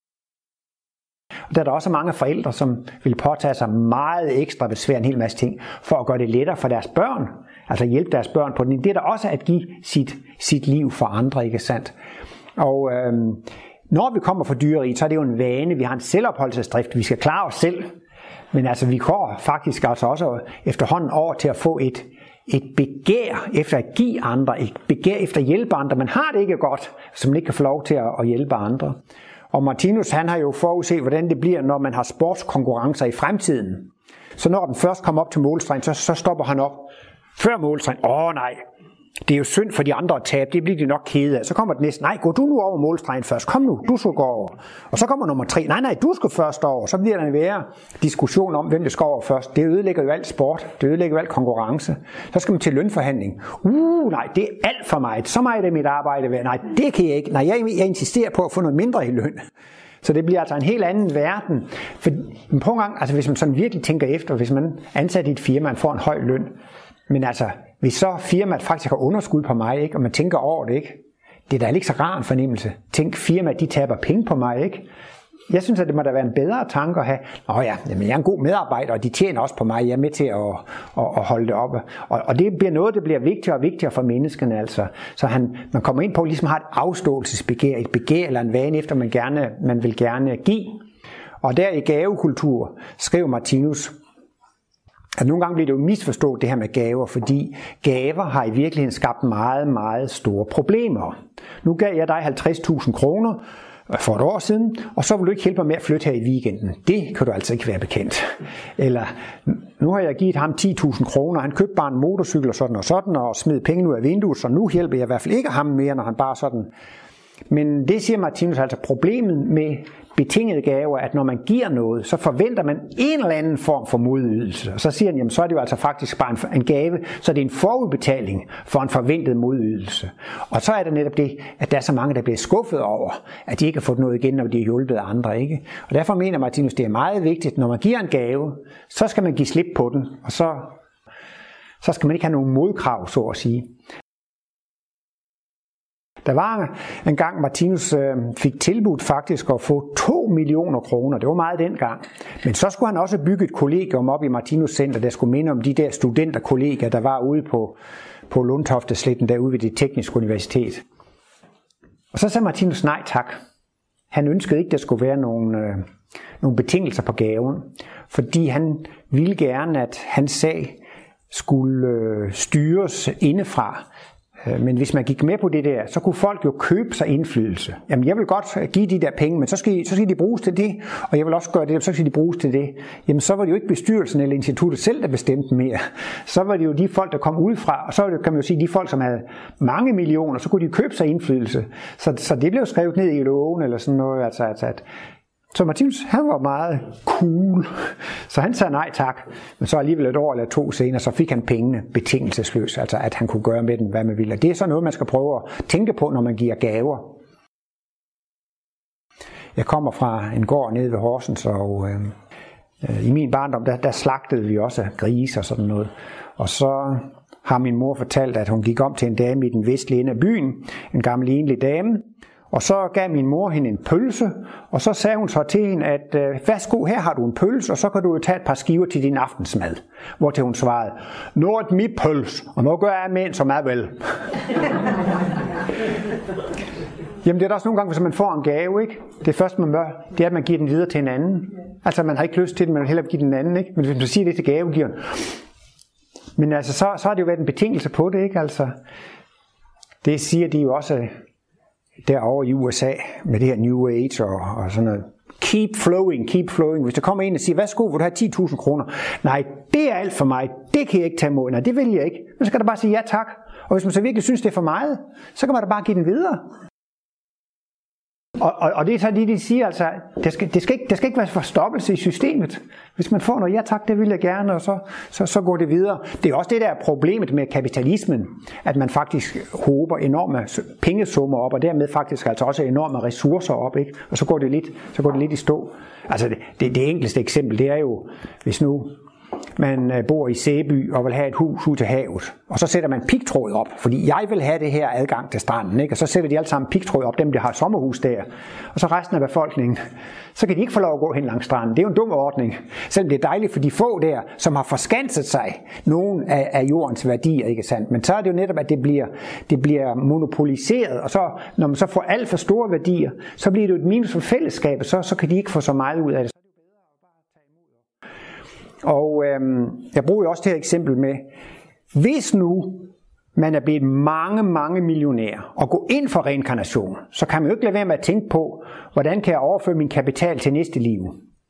Og der er der også mange forældre, som vil påtage sig meget ekstra besvær, en hel masse ting, for at gøre det lettere for deres børn. Altså hjælpe deres børn på den. Det er da også at give sit, sit liv for andre, ikke sandt? Og øhm, når vi kommer fra dyreriget, så er det jo en vane. Vi har en selvopholdelsesdrift. Vi skal klare os selv. Men altså, vi går faktisk altså også efterhånden over til at få et, et begær efter at give andre. Et begær efter at hjælpe andre. Man har det ikke godt, så man ikke kan få lov til at, at hjælpe andre. Og Martinus, han har jo forudset, hvordan det bliver, når man har sportskonkurrencer i fremtiden. Så når den først kommer op til målstregen, så, så stopper han op. Før målstregen. Åh nej. Det er jo synd for de andre at tabe, det bliver de nok kede af. Så kommer den næste, nej, gå du nu over målstregen først, kom nu, du skal gå over. Og så kommer nummer tre, nej, nej, du skal først over. Så bliver der en værre diskussion om, hvem der skal over først. Det ødelægger jo alt sport, det ødelægger jo alt konkurrence. Så skal man til lønforhandling. Uh, nej, det er alt for mig, så meget er mit arbejde værd. Nej, det kan jeg ikke. Nej, jeg, jeg insisterer på at få noget mindre i løn. Så det bliver altså en helt anden verden. For på en gang, altså hvis man sådan virkelig tænker efter, hvis man ansat i et firma, man får en høj løn, men altså, hvis så firmaet faktisk har underskud på mig, ikke, og man tænker over det, ikke, det er da ikke så rar en fornemmelse. Tænk, firmaet, de taber penge på mig, ikke? Jeg synes, at det må da være en bedre tanke at have, nå ja, jamen, jeg er en god medarbejder, og de tjener også på mig, jeg er med til at, at, at holde det oppe. Og, og det bliver noget, der bliver vigtigere og vigtigere for menneskene, altså. Så han, man kommer ind på, at ligesom har et afståelsesbegær, et begær eller en vane efter, man, gerne, man vil gerne give. Og der i gavekultur skrev Martinus, at nogle gange bliver det jo misforstået det her med gaver, fordi gaver har i virkeligheden skabt meget, meget store problemer. Nu gav jeg dig halvtreds tusind kroner for et år siden, og så vil du ikke hjælpe mig med at flytte her i weekenden. Det kan du altså ikke være bekendt. Eller, nu har jeg givet ham ti tusind kroner, han købte bare en motorcykel og sådan og sådan, og smed penge ud af vinduet, så nu hjælper jeg i hvert fald ikke ham mere, når han bare sådan. Men det siger Martinus, altså problemet med betingede gaver, at når man giver noget, så forventer man en eller anden form for modydelse. Og så siger han, jamen så er det jo altså faktisk bare en, en gave, så det er en forudbetaling for en forventet modydelse. Og så er der netop det, at der er så mange, der bliver skuffet over, at de ikke har fået noget igen, når de har hjulpet andre, ikke? Og derfor mener Martinus, det er meget vigtigt, når man giver en gave, så skal man give slip på den, og så, så skal man ikke have nogen modkrav, så at sige. Der var en gang, Martinus øh, fik tilbudt faktisk at få to millioner kroner. Det var meget dengang. Men så skulle han også bygge et kollegium op i Martinus Center, der skulle minde om de der studenterkollegier, der var ude på, på Lundtoftesletten, derude ved det tekniske universitet. Og så sagde Martinus nej tak. Han ønskede ikke, der skulle være nogle, øh, nogle betingelser på gaven, fordi han ville gerne, at hans sag skulle øh, styres indefra. Men hvis man gik med på det der, så kunne folk jo købe sig indflydelse. Jamen, jeg vil godt give de der penge, men så skal, så skal de bruges til det, og jeg vil også gøre det, så skal de bruges til det. Jamen, så var det jo ikke bestyrelsen eller instituttet selv, der bestemte mere. Så var det jo de folk, der kom udefra, og så kan man jo sige, de folk, som havde mange millioner, så kunne de købe sig indflydelse. Så, så det blev skrevet ned i loven eller sådan noget, altså, altså at så Martinus, han var meget cool, så han sagde nej tak, men så alligevel et år eller to senere, så fik han pengene betingelsesløst, altså at han kunne gøre med dem, hvad man ville. Det er så noget, man skal prøve at tænke på, når man giver gaver. Jeg kommer fra en gård nede ved Horsens, og øh, i min barndom, der, der slagtede vi også grise og sådan noget. Og så har min mor fortalt, at hun gik om til en dame i den vestlige ende af byen, en gammel enlig dame, og så gav min mor hende en pølse, og så sagde hun så til hende, at værsgo, her har du en pølse, og så kan du jo tage et par skiver til din aftensmad. Hvortil hun svarede, nu er det mit pølse, og nu gør jeg med en, som er vel. Jamen det er da også nogle gange, hvis man får en gave, ikke? Det første man gør, det er, at man giver den videre til en anden. Altså man har ikke lyst til den, man vil hellere give den anden, ikke? Men hvis man siger det til gavegiveren. Men altså, så, så har det jo været en betingelse på det, ikke? Altså, det siger de jo også derovre i U S A, med det her New Age og, og sådan noget. Keep flowing, keep flowing. Hvis der kommer en og siger, værsgo, vil du have ti tusind kroner? Nej, det er alt for mig. Det kan jeg ikke tage imod. Nej, det vil jeg ikke. Men så kan du bare sige ja tak. Og hvis man så virkelig synes, det er for meget, så kan man da bare give den videre. Og, og, og det er så det, de siger, altså, det skal, det, skal ikke, det skal ikke være forstoppelse i systemet. Hvis man får noget, ja tak, det vil jeg gerne, og så, så, så går det videre. Det er også det, der er problemet med kapitalismen, at man faktisk håber enorme pengesummer op, og dermed faktisk altså også enorme ressourcer op, ikke? Og så går det lidt, så går det lidt i stå. Altså det, det, det enkleste eksempel, det er jo, hvis nu man bor i Sæby og vil have et hus ud til havet, og så sætter man pigtråd op, fordi jeg vil have det her adgang til stranden, ikke? Og så sætter de alle sammen pigtråd op, dem der har sommerhus der, og så resten af befolkningen, så kan de ikke få lov at gå hen langs stranden. Det er jo en dum ordning, selvom det er dejligt for de få der, som har forskanset sig nogle af, af jordens værdier, ikke sandt? Men så er det jo netop, at det bliver, det bliver monopoliseret, og så, når man så får alt for store værdier, så bliver det jo et minus for fællesskabet, så, så kan de ikke få så meget ud af det. Og øhm, jeg bruger jo også det her eksempel med, hvis nu man er blevet mange, mange millionærer og går ind for reinkarnation, så kan man jo ikke lade være med at tænke på, hvordan kan jeg overføre min kapital til næste liv.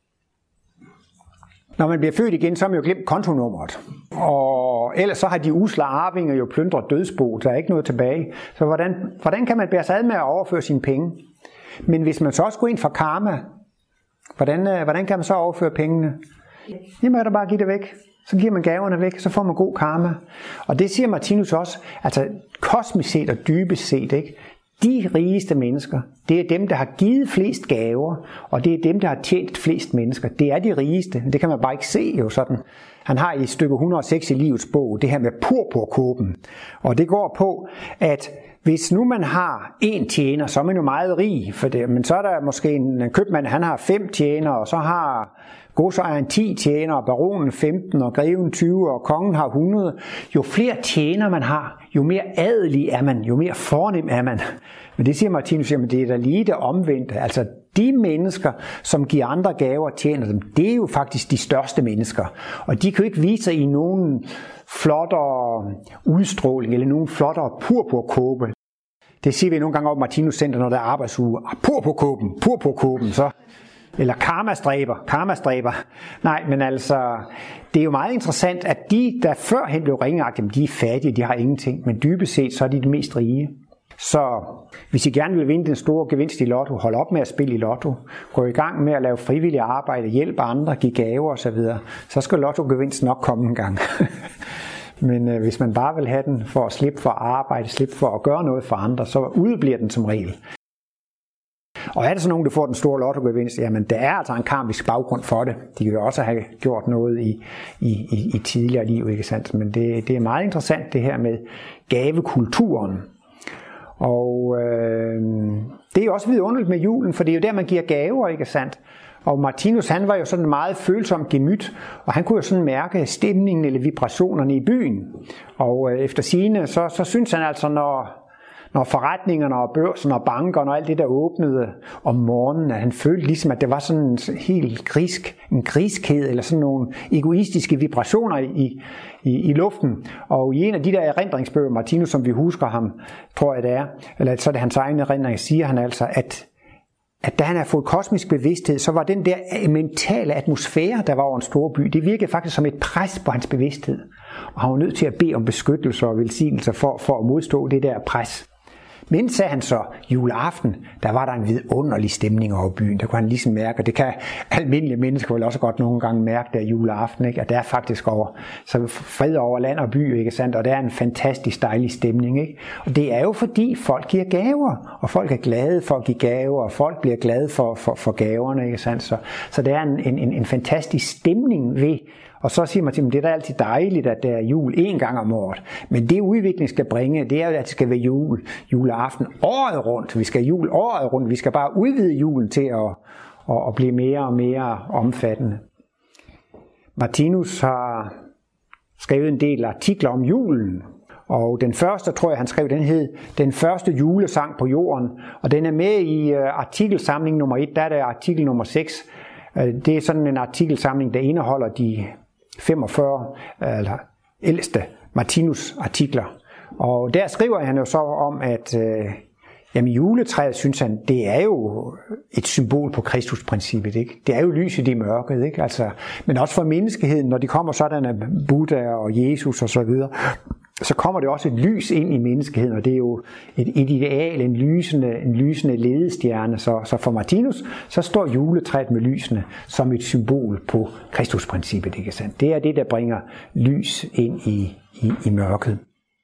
Når man bliver født igen, så har man jo glemt kontonummeret. Og ellers så har de usle arvinger jo plyndret dødsbo, så er ikke noget tilbage. Så hvordan, hvordan kan man bære sig ad med at overføre sine penge? Men hvis man så også går ind for karma, hvordan, hvordan kan man så overføre pengene? Jamen er der bare at give det væk. Så giver man gaverne væk, så får man god karma. Og det siger Martinus også, altså kosmisk set og dybest set, ikke? De rigeste mennesker, det er dem, der har givet flest gaver, og det er dem, der har tjent flest mennesker. Det er de rigeste, det kan man bare ikke se jo sådan. Han har i stykke et hundrede og seks i livets bog, det her med purpurkåben. Og det går på, at hvis nu man har en tjener, så er man jo meget rig for det. Men så er der måske en købmand, han har fem tjenere, og så har godsejeren ti tjenere, baronen femten, og greven tyve, og kongen har hundrede. Jo flere tjener man har, jo mere adelig er man, jo mere fornem er man. Men det siger Martinus, jamen det er da lige det omvendte. Altså de mennesker, som giver andre gaver og tjener dem, det er jo faktisk de største mennesker. Og de kan jo ikke vise sig i nogen flottere udstråling, eller nogen flottere purpurkåbe. Det siger vi nogle gange over Martinus Center, når der er arbejdsuge. Purpurkåben, purpurkåben, så. Eller karmastræber, karmastræber. Nej, men altså, det er jo meget interessant, at de, der førhen blev ringeagtige, de er fattige, de har ingenting. Men dybest set, så er de de mest rige. Så hvis I gerne vil vinde den store gevinst i lotto, hold op med at spille i lotto. Gå i gang med at lave frivillig arbejde, hjælpe andre, give gaver osv. Så skal lottogevinsten nok komme en gang. Men øh, hvis man bare vil have den for at slippe for at arbejde, slippe for at gøre noget for andre, så udebliver den som regel. Og er det så nogen, der får den store lottogevinst, jamen der er altså en karmisk baggrund for det. De kan jo også have gjort noget i, i, i, i tidligere liv, ikke sandt? Men det, det er meget interessant det her med gavekulturen. Og øh, det er jo også vidunderligt med julen, for det er jo der, man giver gaver, ikke sandt? Og Martinus, han var jo sådan meget følsom gemyt, og han kunne jo sådan mærke stemningen eller vibrationerne i byen. Og øh, efter sigende, så, så synes han altså, når, når forretningerne og børsen og bankerne og alt det, der åbnede om morgenen, at han følte ligesom, at det var sådan en helt grisk, en griskhed, eller sådan nogle egoistiske vibrationer i, i, i luften. Og i en af de der erindringsbøger, Martinus, som vi husker ham, tror jeg det er, eller så er det hans egen erindring, siger han altså, at at da han havde fået kosmisk bevidsthed, så var den der mentale atmosfære, der var over en stor by, det virkede faktisk som et pres på hans bevidsthed. Og han var nødt til at bede om beskyttelse og velsignelse for, for at modstå det der pres. Men sagde han så, juleaften, der var der en vidunderlig stemning over byen. Der kunne han ligesom mærke, og det kan almindelige mennesker vel også godt nogle gange mærke der juleaften, ikke? At der er faktisk over, så fred over land og by, ikke sandt? Og der er en fantastisk dejlig stemning, ikke? Og det er jo fordi folk giver gaver, og folk er glade for at give gaver, og folk bliver glade for, for, for gaverne, ikke sandt? Så, så der er en, en, en fantastisk stemning ved. Og så siger man til dem, det er da altid dejligt, at der er jul en gang om året. Men det udvikling skal bringe, det er jo, at det skal være jul, juleaften året rundt. Vi skal have jul året rundt. Vi skal bare udvide julen til at, at, at blive mere og mere omfattende. Martinus har skrevet en del artikler om julen. Og den første, tror jeg, han skrev, den hed Den første julesang på jorden. Og den er med i artikelsamling nummer et, der er der artikel nummer seks. Det er sådan en artikelsamling, der indeholder de femogfyrre eller ældste Martinus artikler. Og der skriver han jo så om, at øh, jamen, juletræet, synes han, det er jo et symbol på Kristusprincippet, ikke? Det er jo lyset i mørket, ikke? Altså, men også for menneskeheden, når de kommer sådan af Buddha og Jesus og så videre, så kommer det også et lys ind i menneskeheden, og det er jo et, et ideal, en lysende, en lysende ledestjerne. Så, så for Martinus, så står juletræet med lysene som et symbol på Kristusprincippet, ikke sandt? Det er det, der bringer lys ind i, i, i mørket.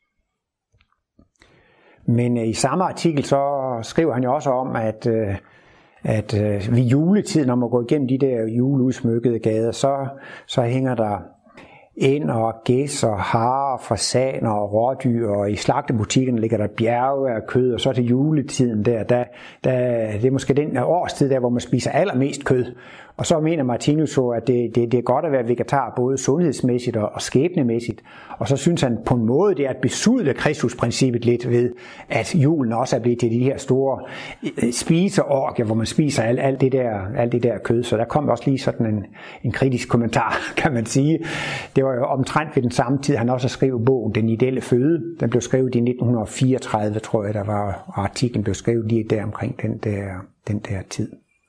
Men i samme artikel, så skriver han jo også om, at, at ved juletid, når man går igennem de der juleudsmykkede gader, så, så hænger der ænder og gæs og harer, fasaner og rådyr, og i slagtebutikken ligger der bjerge af kød, og så til juletiden der, der, der det er måske den årstid der, hvor man spiser allermest kød. Og så mener Martinus så, at det, det, det er godt at være vegetar, både sundhedsmæssigt og, og skæbnemæssigt. Og så synes han på en måde, det er at besudle Kristusprincippet lidt ved, at julen også er blevet til de her store spiseorgier, hvor man spiser alt, alt, det der, alt det der kød. Så der kom også lige sådan en, en kritisk kommentar, kan man sige. Det var jo omtrent ved den samme tid, han også skrev bogen Den ideelle føde. Den blev skrevet i nitten fireogtredive, tror jeg, der var, og artiklen blev skrevet lige der omkring den der, den der tid.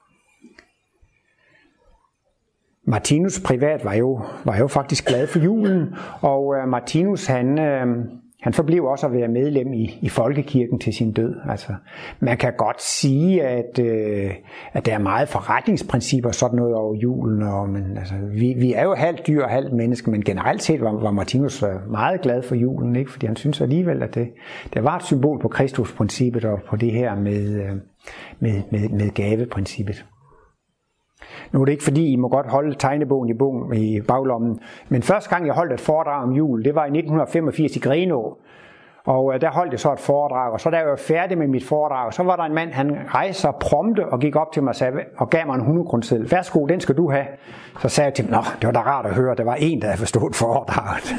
Martinus privat var jo, var jo faktisk glad for julen, og uh, Martinus han, uh, han forblev også at være medlem i, i folkekirken til sin død. Altså, man kan godt sige, at, uh, at der er meget forretningsprincipper og sådan noget over julen. Og, men, altså, vi, vi er jo halvt dyr og halvt menneske, men generelt set var, var Martinus meget glad for julen, ikke? Fordi han synes alligevel, at det, det var et symbol på Kristusprincippet og på det her med, uh, med, med, med gaveprincippet. Nu er det ikke fordi, I må godt holde tegnebogen i, bogen, i baglommen, men første gang jeg holdt et foredrag om jul, det var i nitten femogfirs i Grenaa. Og der holdt jeg så et foredrag, og så da jeg var færdig med mit foredrag, så var der en mand, han rejste sig prompte og gik op til mig og, sagde, og gav mig en hundrede-kroneseddel. Værsgo, den skal du have. Så sagde jeg til ham, nå, det var da rart at høre, der var en, der havde forstået foredraget.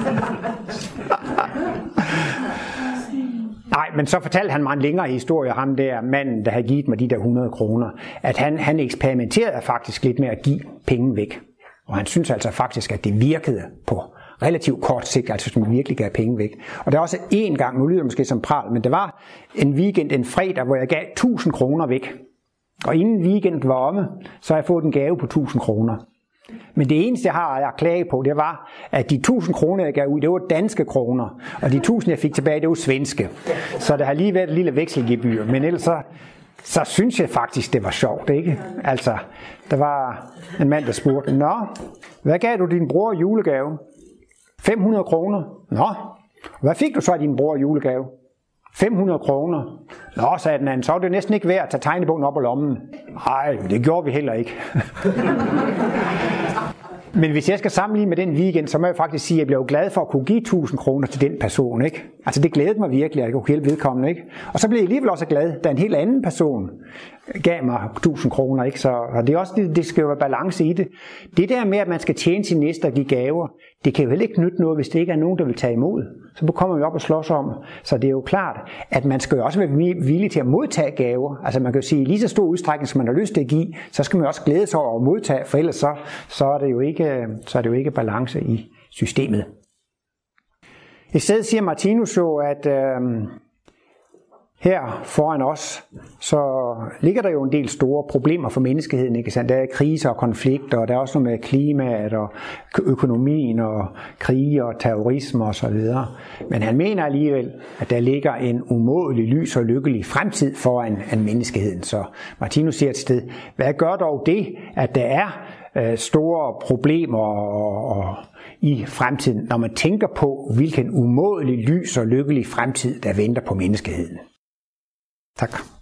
Nej, men så fortalte han mig en længere historie, ham der manden, der havde givet mig de der hundrede kroner, at han, han eksperimenterede faktisk lidt med at give penge væk. Og han synes altså faktisk, at det virkede på relativt kort sigt, altså hvis man virkelig gav penge væk. Og der er også én gang, nu lyder det måske som pral, men det var en weekend, en fredag, hvor jeg gav tusind kroner væk. Og inden weekenden var omme, så har jeg fået en gave på tusind kroner. Men det eneste, jeg har at klage på, det var, at de tusind kroner, jeg gav ud, det var danske kroner. Og de tusind, jeg fik tilbage, det var svenske. Så der har lige været et lille vekselgebyr. Men ellers så, så synes jeg faktisk, det var sjovt, ikke? Altså, der var en mand, der spurgte, nå, hvad gav du din bror i julegave? fem hundrede kroner. Nå, hvad fik du så af din bror i julegave? fem hundrede kroner. Nå, sagde den anden, så var det næsten ikke værd at tage tegnebogen op af lommen. Nej, det gjorde vi heller ikke. Men hvis jeg skal sammenligne med den weekend, så må jeg faktisk sige, at jeg blev glad for at kunne give tusind kroner til den person, ikke? Altså det glædede mig virkelig, at jeg kunne hjælpe vedkommende, ikke? Og så blev jeg alligevel også glad, da en helt anden person gav mig tusind kroner, ikke? Så og det er også det, det skal jo være balance i det. Det der med, at man skal tjene sin næste og give gaver, det kan jo heller ikke nytte noget, hvis det ikke er nogen, der vil tage imod. Så kommer vi op og slås om. Så det er jo klart, at man skal jo også være villig til at modtage gaver. Altså man kan jo sige, lige så stor udstrækning, som man har lyst til at give, så skal man også glæde sig over at modtage, for ellers så, så, er, det jo ikke, så er det jo ikke balance i systemet. I stedet siger Martinus jo, at øh, her foran os, så ligger der jo en del store problemer for menneskeheden, ikke sandt? Der er kriser og konflikter, og der er også noget med klimaet og økonomien og krige og terrorisme og så videre. Men han mener alligevel, at der ligger en umådelig lys og lykkelig fremtid foran af menneskeheden. Så Martinus siger et sted, hvad gør dog det, at der er øh, store problemer og, og i fremtiden, når man tænker på, hvilken umådelig lys og lykkelig fremtid, der venter på menneskeheden. Tak.